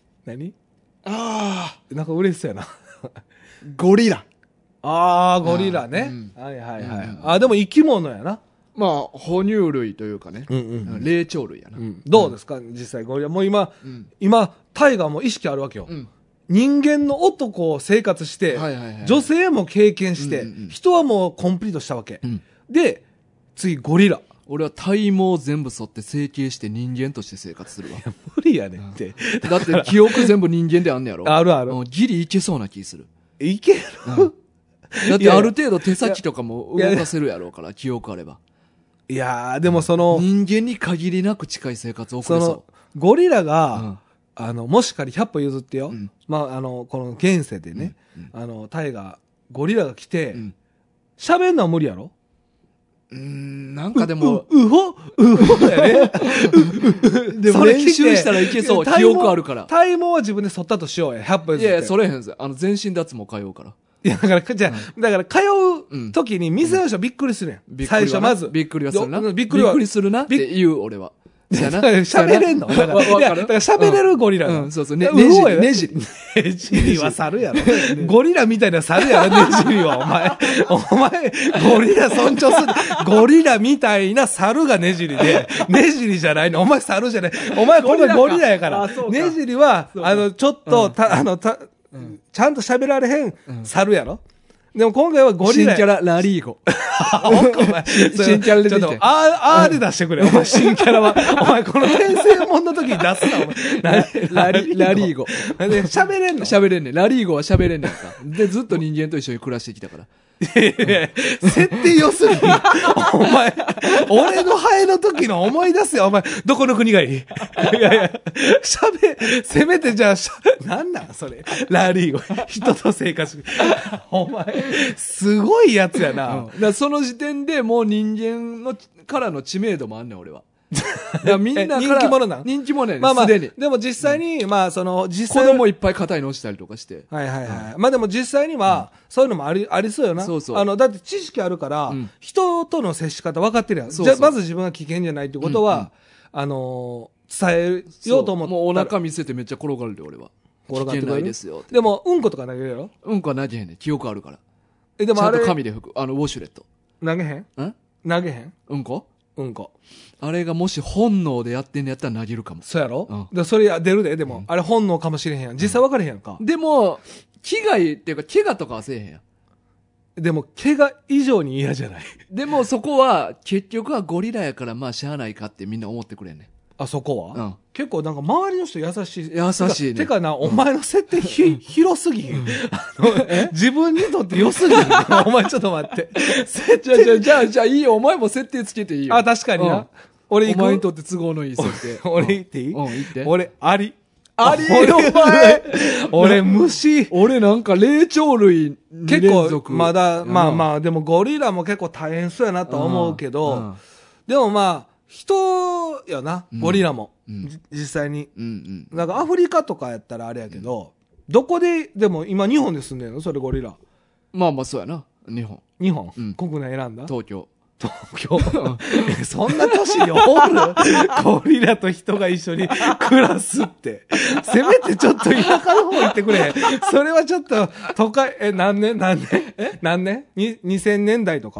なんか嬉しそうやな。 ゴリラ。 ゴリラね。はい。でも生き物やな。 まあ、哺乳類というかね。霊長類やな。 どうですか実際ゴリラ。もう今、タイガーも意識あるわけよ。人間の男を生活して、女性も経験して、人はもうコンプリートしたわけ。で、次ゴリラ。 俺は体毛全部剃って整形して人間として生活するわ。 いや、無理やねんって。 だって記憶全部人間であんねやろ。 ある。 ギリいけそうな気する。 いける？ だってある程度手先とかも動かせるやろうから、記憶あれば。 いやー、でもその、 人間に限りなく近い生活を送れそう。 ゴリラが、もし仮100歩譲ってよ。この現世でね、タイが、ゴリラが来て、喋んのは無理やろ？ なんかでも、 うほやね。 でも練習したらいけそう。記憶あるから。 体毛は自分で剃ったとしようや。100歩譲って。 いや、それへんぜ。全身脱毛通うから。 いや、だから通う時に店の人びっくりするやん。最初まず。 びっくりはするな。 びっくりするなって言う、俺は。 喋れんの？だから喋れるゴリラ。 そう。ねじり。 ねじりは猿やろ。ゴリラみたいな猿やろ、ねじりは。お前、ゴリラ尊重する。ゴリラみたいな猿がねじりで、ねじりじゃないの。お前猿じゃない。お前これゴリラやから。ねじりは、ちょっと、ちゃんと喋られへん猿やろ。でも今回はゴリラ。 新キャララリーゴ。 新キャラ出てきて。で出してくれ。お前新キャラは。お前この転生もんの時に出すな、お前。 ラリーゴ。 喋れんの？ 喋れんねん。ラリーゴは喋れんねんか。で、ずっと人間と一緒に暮らしてきたから。 設定良すぎ。お前、俺のハエの時の思い出すよ。お前、どこの国がいい？いや、せめてじゃあ、なんなんそれ。ラリーゴ。人と生活。お前、すごいやつやな。 その時点でもう人間のからの知名度もあんねん、俺は。みんなから人気者なん？ 人気者やねん、 まあまあ、 すでに。 でも実際に、実際。子供いっぱい硬いの落ちたりとかして。 まあでも実際には、そういうのもありそうよな。 そう。 だって知識あるから、人との接し方分かってるやん。じゃあまず自分が危険じゃないってことは、伝えようと思って。 もうお腹見せてめっちゃ転がるで、俺は。危険ないですよ。 でも、うんことか投げるやろ？ うんこは投げへんねん。記憶あるから。 でもあれ。 ちゃんと紙で拭く。ウォシュレット。 投げへん？投げへん？ うんこ。 あれがもし本能でやってんのやったら投げるかも。 そうやろ？それ出るで、でも。あれ本能かもしれへんやん。実際分かれへんやんか。 でも、危害っていうか、怪我とかはせえへんやん。 でも、怪我以上に嫌じゃない。 でもそこは、結局はゴリラやからまあしゃあないかってみんな思ってくれんねん。 あそこは、結構なんか周りの人優しい。 優しいね。 てかな、お前の設定広すぎひん。自分にとって良すぎる。お前ちょっと待って。 じゃあいいよ。お前も設定つけていいよ。 あ、確かにな。お前にとって都合のいい設定。 俺言っていい？ 言って。 俺、アリ。 お前俺、虫。 俺なんか霊長類結構、まあ、でもゴリラも結構大変そうやなと思うけど、でもまあ、人やな、ゴリラも。実際に。なんかアフリカとかやったらあれやけど、どこで、でも今日本で住んでんの？それゴリラ。 まあまあそうやな。日本。 国内選んだ？ 東京。 そんな都市におる？ゴリラと人が一緒に暮らすって。せめてちょっと田舎の方行ってくれ。それはちょっと都会、何年 ?2000 年代とか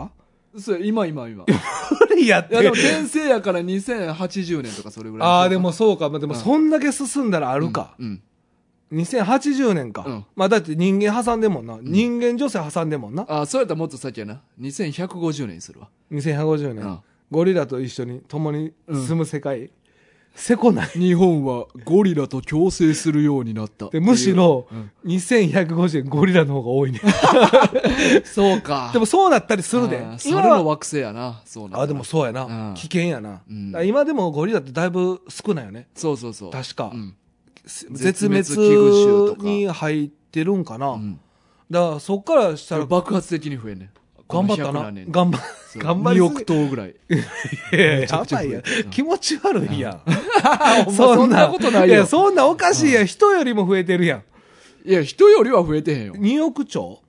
そう、今。無理やって。 いや、でも転生やから2080年とかそれぐらい。 ああ、でもそうか。でもそんだけ進んだらあるか。2080年か。まあだって人間挟んでもんな。人間女性挟んでもんな。 ああ、そうやったらもっと先やな。2150年にするわ。 2150年。ゴリラと一緒に共に住む世界。せこない。 日本はゴリラと共生するようになった。 でむしろ、2150年ゴリラの方が多いね。 そうか。 でもそうなったりするで。 猿の惑星やな。そうな。 あ、でもそうやな。危険やな。今でもゴリラってだいぶ少ないよね。 そう。 確か。絶滅に入ってるんかな。だからそっからしたら。 爆発的に増えんねん。 頑張ったな。頑張り2億頭ぐらい。 やばいや。気持ち悪いやん。 そんなことないよ。 いや、そんなおかしいやん。人よりも増えてるやん。 いや、人よりは増えてへんよ。 2億兆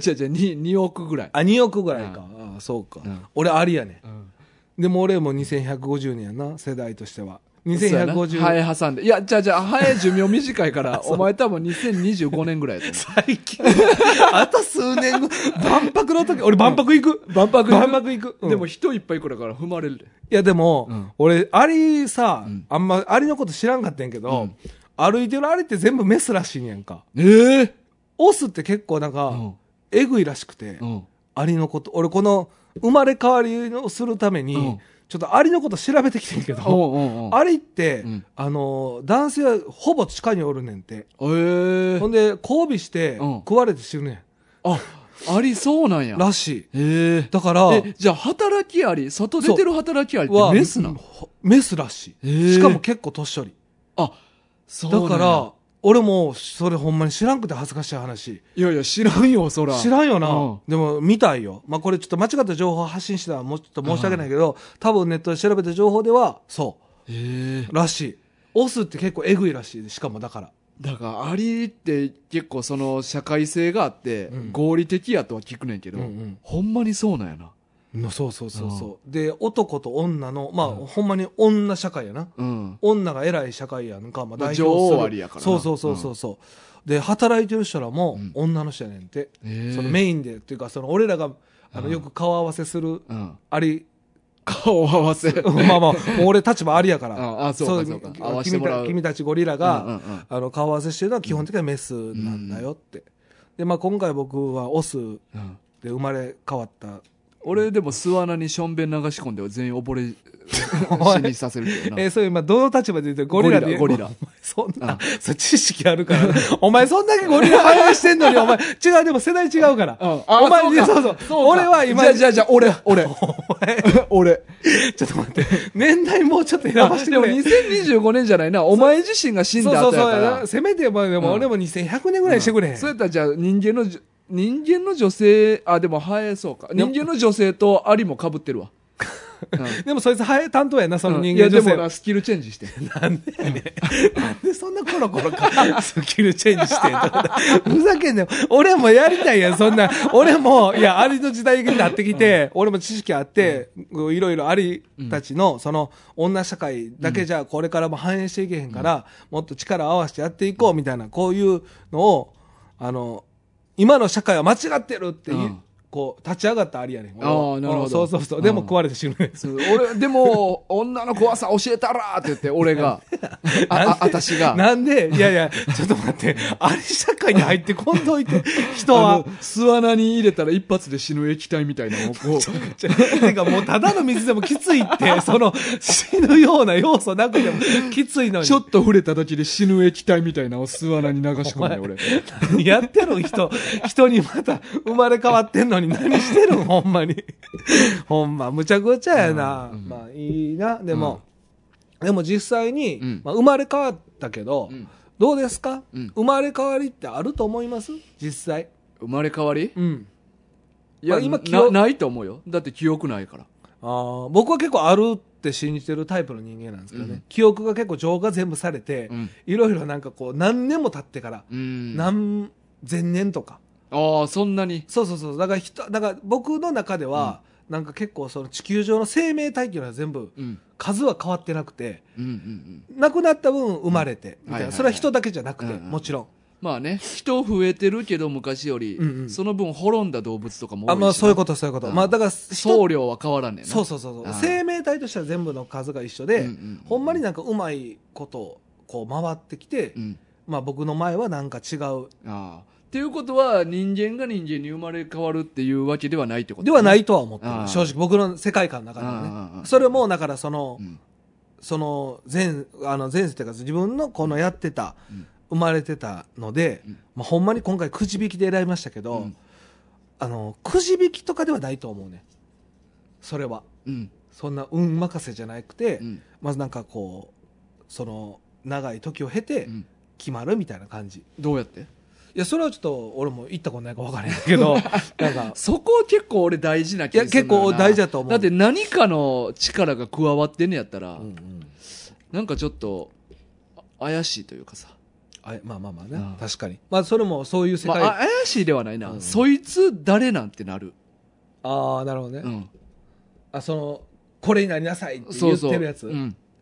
2億ぐらい。 あ、2億ぐらいか。ああ、そうか。俺ありやね。でも俺も2150年やな、世代としては。2150 ハエ挟んで。いや、じゃあ、ハエ寿命短いから、お前多分2025年ぐらいやと思う。 最近。あと数年後、万博の時、俺万博行く。万博行く。 でも人いっぱい来るから踏まれるで。 いやでも、俺、アリさ、あんまアリのこと知らんかったんやけど、歩いてるアリって全部メスらしいんやんか。オスって結構なんか、えぐいらしくて、アリのこと、俺この生まれ変わりをするために、ちょっとアリのこと調べてきてんけど、アリって、男性はほぼ地下におるねんて。ほんで、交尾して、食われて死ぬねん。 あ、アリそうなんや。 らしい。だから、 じゃあ働きアリ、外出てる働きアリってメスなの？ メスらしい。しかも結構年寄り。 あ、そうなんや。 だから、俺も、それほんまに知らんくて恥ずかしい話。 いや、知らんよ、そら。 知らんよな。でも、見たいよ。まあ、これちょっと間違った情報を発信したら、もうちょっと申し訳ないけど、多分ネットで調べた情報では、そう。らしい。オスって結構エグいらしい。しかもだから。 だから、アリって結構その、社会性があって、合理的やとは聞くねんけど、ほんまにそうなんやな。 そう。で、男と女の、まあ、ほんまに女社会やな。女が偉い社会やんか、まあ、 代表する。女王アリやからな。 そう。で、働いてる人らも女の人やねんて。そのメインで、っていうか、その、俺らが、よく顔合わせする、アリ。 顔合わせまあ、俺立場アリやから。 そうか。合わせてもらう。 君たちゴリラが、顔合わせしてるのは基本的にはメスなんだよって。で、まあ、今回僕はオスで生まれ変わった。 俺でも巣穴にしょんべん流し込んで全員溺れ死にさせるけどな。 それ今どの立場で言ってるゴリラでゴリラ。 そんな、知識あるから。お前そんだけゴリラ反応してんのに、お前、違う、でも世代違うから。お前、そう。俺は今。 じゃあ、俺。俺。 ちょっと待って。年代もうちょっと選ばしてくれ。 でも2025年じゃないな。お前自身が死んだ後やから。 そう。せめて、でも俺も2100年ぐらいにしてくれ。 そうやったらじゃあ人間の女性、でもハエそうか。人間の女性とアリも被ってるわ。 でもそいつハエ担当やな、その人間女性。 いやでもスキルチェンジして。 なんでなんでそんなコロコロスキルチェンジしてんふざけんなよ。俺もやりたいやん、そんな。俺も、いや、アリの時代になってきて、俺も知識あって、いろいろアリたちの、その、女社会だけじゃこれからも反映していけへんから、もっと力を合わせてやっていこうみたいな、こういうのを、今の社会は間違ってるってこう立ち上がったアリやねん。 なるほど。 そう。でも食われて死ぬねん。 俺でも女の怖さ教えたらって言って俺が私がなんでいやちょっと待って、アリ社会に入ってこんといて人は巣穴に入れたら一発で死ぬ液体みたいなのをこうてかもうただの水でもきついってその死ぬような要素なくてもきついのにちょっと触れた時で死ぬ液体みたいなのを巣穴に流し込んで俺何やってる人にまた生まれ変わってんのに何してるんほんまにほんまむちゃくちゃやな、まあいいな。でも実際に、生まれ変わったけど、どうですか、生まれ変わりってあると思います？実際生まれ変わり？いや、 今ないと思うよ。だって記憶ないから。 僕は結構あるって信じてるタイプの人間なんですけどね、記憶が結構浄化全部されて、いろいろなんかこう何年も経ってから、何千年とか、 そんなに。 そうだから僕の中では、なんか結構その地球上の生命体っていうのは全部、数は変わってなくて、亡くなった分生まれてみたいな、それは人だけじゃなくて、もちろんまあね、人増えてるけど昔より、その分滅んだ動物とかも多いしな。 まあそういうことそういうこと。まあだから総量は変わらんねんな。 そうそうそう。生命体としては全部の数が一緒で、ほんまになんかうまいことこう回ってきて、まあ僕の前はなんか違う。 っていうことは人間が人間に生まれ変わるっていうわけではないってことではないとは思ってる。正直僕の世界観の中ではね。それもだからその前世っていうか自分のこのやってた、生まれてたので、まあ、ほんまに今回くじ引きで選びましたけど、くじ引きとかではないと思うね。それは。そんな運任せじゃなくて、まずなんかこう、その長い時を経て決まるみたいな感じ。 どうやって？ いや、それはちょっと俺も行ったことないか分からへんけど、なんか。 そこ結構俺大事な気がする。 いや、結構大事だと思う。 だって何かの力が加わってんねやったら、なんかちょっと怪しいというかさ。 まあね、確かに。まあそれもそういう世界。 怪しいではないな。そいつ誰なんてなる。 ああ、なるほどね。これになりなさいって言ってるやつ。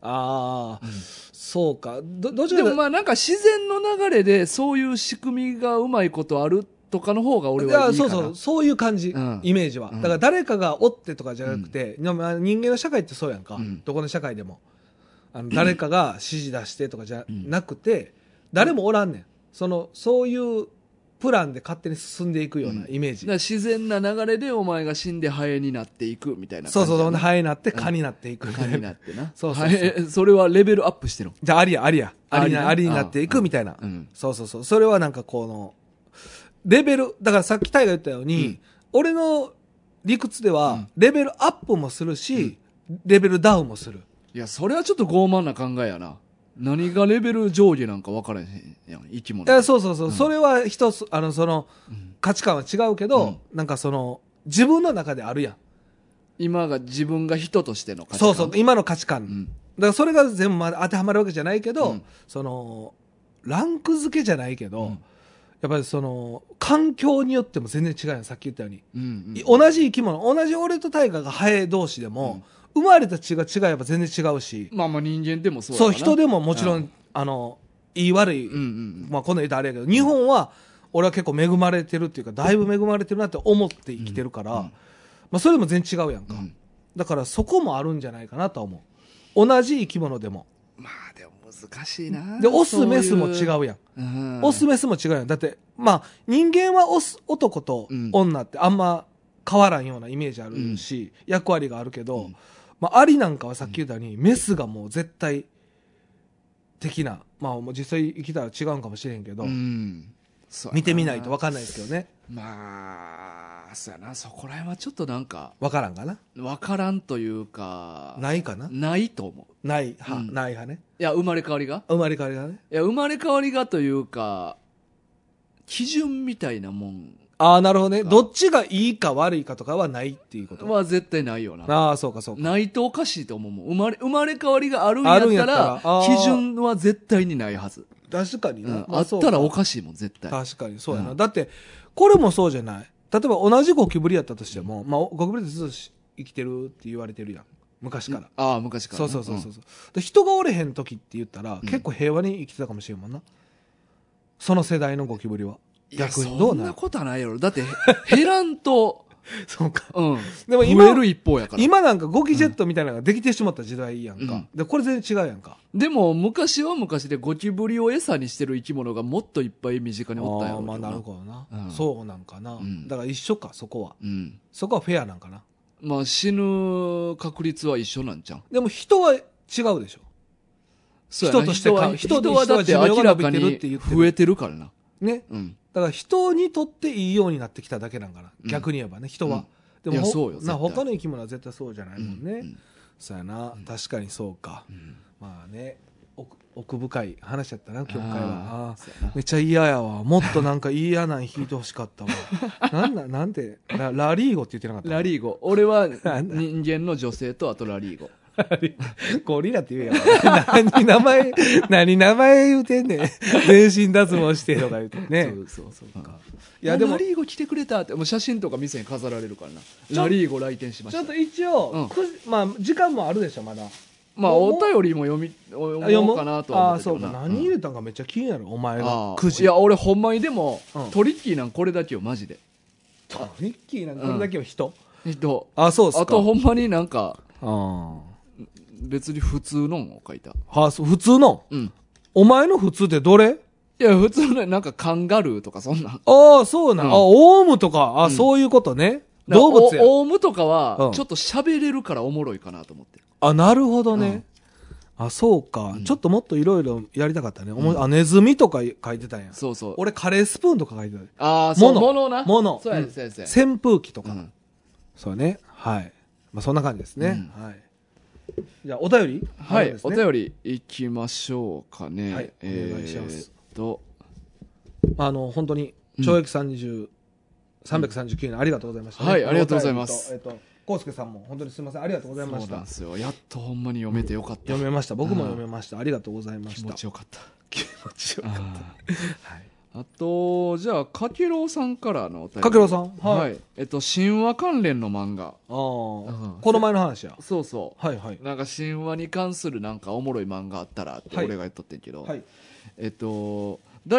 そうか。どちらか。 でもまあなんか自然の流れでそういう仕組みがうまいことあるとかの方が俺はいいかな。 そういう感じ、イメージは。だから誰かがおってとかじゃなくて、人間の社会ってそうやんか。どこの社会でも。誰かが指示出してとかじゃなくて、誰もおらんねん。そういうプランで勝手に進んでいくようなイメージ。 自然な流れでお前が死んでハエになっていくみたいな感じ。 そう、ハエになって蚊になっていく。 蚊になってな。 それはレベルアップしてる。 じゃあアリになっていくみたいな。そう。それはなんかレベル、だからさっきタイが言ったように、俺の理屈では、レベルアップもするし、レベルダウンもする。 いや、それはちょっと傲慢な考えやな。何がレベル上下なんか分からへんやん、生き物。 いや、そう。それは一つ、価値観は違うけど、なんか自分の中であるやん。 今が自分が人としての価値観。 そう、今の価値観。だからそれが全部当てはまるわけじゃないけど、ランク付けじゃないけど、やっぱり環境によっても全然違うやん、さっき言ったように。同じ生き物、同じ俺と大河がハエ同士でも、生まれた血が違えば全然違うし。 まあ人間でもそうそう、人でももちろん、いい悪い、まあこんな言うとあれやけど、日本は、俺は結構恵まれてるっていうか、だいぶ恵まれてるなって思って生きてるから、まあそれでも全然違うやんか。だからそこもあるんじゃないかなと思う。同じ生き物でも。 まあでも難しいな。 で、オス、メスも違うやん。オス、メスも違うやん。だって、まあ人間は男と女ってあんま変わらんようなイメージあるし、役割があるけど、まあ、アリなんかはさっき言ったように、メスがもう絶対的な、まあ実際生きたら違うんかもしれんけど、見てみないと分かんないですけどね。 まあ、そうやな、そこら辺はちょっとなんか、 分からんかな。 分からんというか、 ないかな。 ないと思う。 ない派ね。 いや、生まれ変わりがね。いや、生まれ変わりがというか、基準みたいなもん。 ああ、なるほどね。どっちがいいか悪いかとかはないっていうことは絶対ないよな。 ああ、そうか。 ないとおかしいと思うもん。生まれ変わりがあるんやったら、基準は絶対にないはず。 確かにな。 あったらおかしいもん、絶対。 確かに、そうやな。だって、これもそうじゃない。例えば同じゴキブリやったとしても、まあ、ゴキブリってずっと生きてるって言われてるやん。昔から。 ああ、昔から。 そう。で人がおれへん時って言ったら、結構平和に生きてたかもしれんもんな。その世代のゴキブリは。逆にどうなる？ そんなことはないやろ。だって、減らんと、 そうか。 でも今、増える一方やから。 今なんかゴキジェットみたいなのができてしまった時代やんか。で、これ全然違うやんか。 でも、昔は昔でゴキブリを餌にしてる生き物がもっといっぱい身近におったやろ。 まあ、なるほどな。そうなんかな。だから一緒か、そこは。そこはフェアなんかな。 まあ、死ぬ確率は一緒なんちゃう。 でも人は違うでしょ。人として人はだって明らかに増えてるからな。 ね。だから人にとっていいようになってきただけなんかな。逆に言えばね、人は。でも他の生き物は絶対そうじゃないもんね。そうやな。確かにそうか。まあね、奥深い話だったな、今回は。めっちゃ嫌やわ。もっとなんか嫌なん引いてほしかったわ。なんで、ラリーゴって言ってなかった？ ラリーゴ。俺は人間の女性とあとラリーゴ。 ゴリラって言うやん。何名前言うてんねん。全身脱毛してとか言うてね。 そうか。いやでもラリーゴ来てくれたって、もう写真とか店に飾られるからな。ラリーゴ来店しました。 ちょっと一応、まあ時間もあるでしょまだ。 まあお便りも読もうかなとは思ったけどな。 そうか、何入れたんかめっちゃ気になる、お前がくじ。いや俺ほんまにでも、トリッキーなんこれだけよマジで。 トリッキーなんこれだけは人。 そうっすか。あとほんまになんかあ別に普通のを書いた。 普通の。お前の普通ってどれ？ いや普通のなんかカンガルーとかそんな。 そうな。オウムとかそういうことね。動物や。 オウムとかはちょっと喋れるからおもろいかなと思って。 なるほどね。そうか。ちょっともっといろいろやりたかったね。ネズミとか書いてたんや。 そうそう。 俺カレースプーンとか書いてた。 物な。 物。 そうやね、先生。 扇風機とか。そうね。はい。まあそんな感じですね。はい。じゃあお便り？ はい。お便りいきましょうかね。 はい。お願いします。本当に懲役339年ありがとうございました。 はい、ありがとうございます。 コウスケさんも本当にすみません、ありがとうございました。 そうなんですよ。やっとほんまに読めてよかった。 読めました。僕も読めました。ありがとうございました。 気持ちよかった。 気持ちよかった。はい。 あとじゃあかけろうさんからのお便り。 かけろうさん。 はい。神話関連の漫画。 この前の話や。 そうそう。 はいはい。 なんか神話に関するなんかおもろい漫画あったらって俺が言っとってんけど。はい。第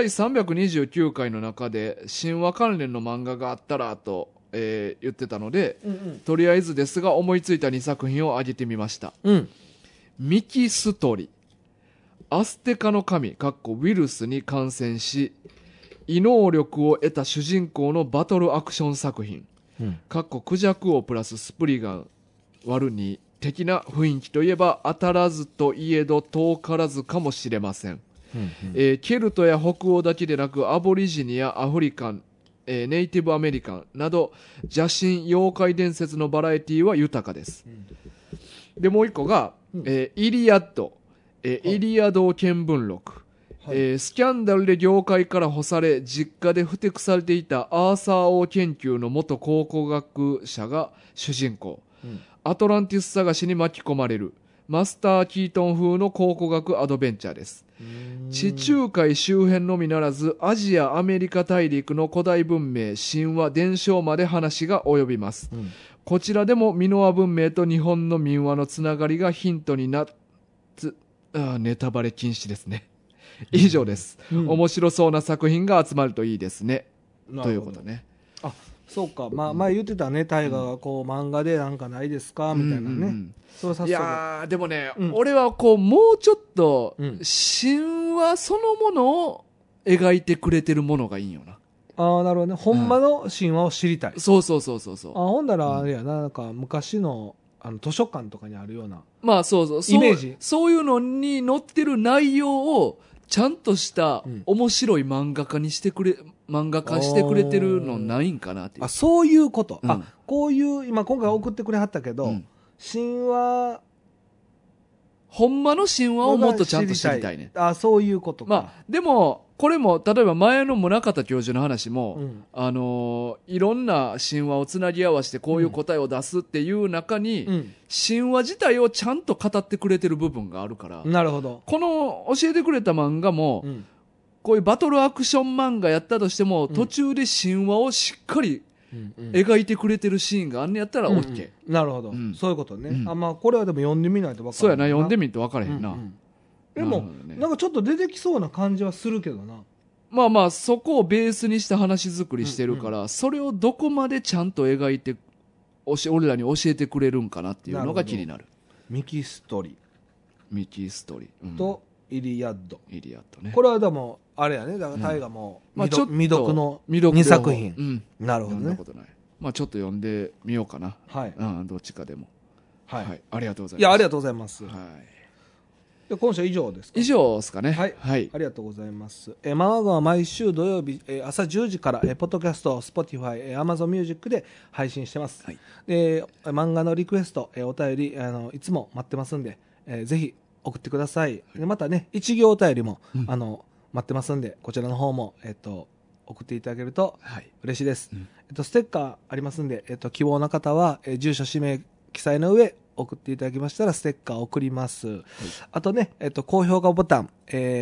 329回の中で神話関連の漫画があったらと、言ってたので、とりあえずですが思いついた2作品を挙げてみました。ミキストリ、アステカの神ウィルスに感染し異能力を得た主人公のバトルアクション作品、クジャク王プラススプリガン割る2的な雰囲気といえば当たらずといえど遠からずかもしれません。ケルトや北欧だけでなくアボリジニやアフリカン、ネイティブアメリカンなど邪神妖怪伝説のバラエティは豊かです。でもう一個が、イリアッド、イリアド見聞録、スキャンダルで業界から干され実家でふてくされていたアーサー王研究の元考古学者が主人公、アトランティス探しに巻き込まれるマスター・キートン風の考古学アドベンチャーです。地中海周辺のみならずアジア・アメリカ大陸の古代文明、神話、伝承まで話が及びます。こちらでもミノア文明と日本の民話のつながりがヒントになつネタバレ禁止ですね。以上です、面白そうな作品が集まるといいですね、ということね。 そうか、前言ってたね、大河がこう漫画でなんかないですかみたいなね。 いやでもね、俺はこうもうちょっと神話そのものを描いてくれてるものがいいんよな。 なるほどね。ほんまの神話を知りたい。 そう。 ほんならあれやな、なんか昔の図書館とかにあるような。 そうイメージ。 そういうのに載ってる内容をちゃんとした面白い漫画化してくれてるのないんかなっていう。 そういうこと。こういう今回送ってくれはったけど、神話ほんまの神話をもっとちゃんと知りたいね。 そういうことか。 でもこれも例えば前の宗像教授の話も、いろんな神話をつなぎ合わせてこういう答えを出すっていう中に、神話自体をちゃんと語ってくれてる部分があるから。 なるほど。 この教えてくれた漫画も、こういうバトルアクション漫画やったとしても、途中で神話をしっかり描いてくれてるシーンがあんねやったら OK。 なるほど。そういうことね。これはでも読んでみないと分からない。 そうやな、読んでみると分からへんな。 でも、なんかちょっと出てきそうな感じはするけどな。 そこをベースにした話作りしてるから、それをどこまでちゃんと描いて俺らに教えてくれるんかなっていうのが気になる。 ミキストリとイリアッドね。これはでもあれやね、だから大河も未読の2作品。なるほどね。 ちょっと読んでみようかな。どっちかでも。はい。ありがとうございます。 いや、ありがとうございます。今週は以上ですか？ 以上ですかね。 はい。ありがとうございます。ママゴは毎週土曜日、朝10時から、ポッドキャスト、Spotify、Amazon Music で配信してます。で、漫画のリクエスト、お便り、いつも待ってますんで、ぜひ送ってください。でまたね、一行お便りも、待ってますんで、こちらの方も、送っていただけると嬉しいです。ステッカーありますんで、希望の方は、住所、氏名、記載の上、送っていただきましたらステッカーを送ります。あとね、高評価ボタン、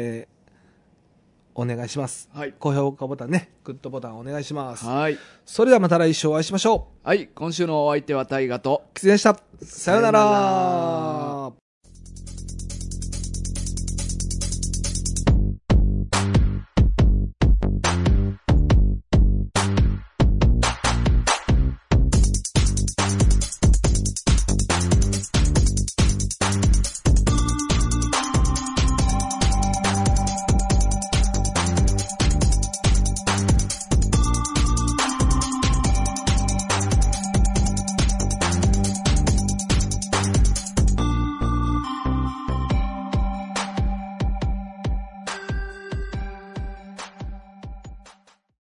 お願いします。高評価ボタンね、グッドボタンお願いします。それではまた来週お会いしましょう。 今週のお相手は大河とキツネでした。さよなら。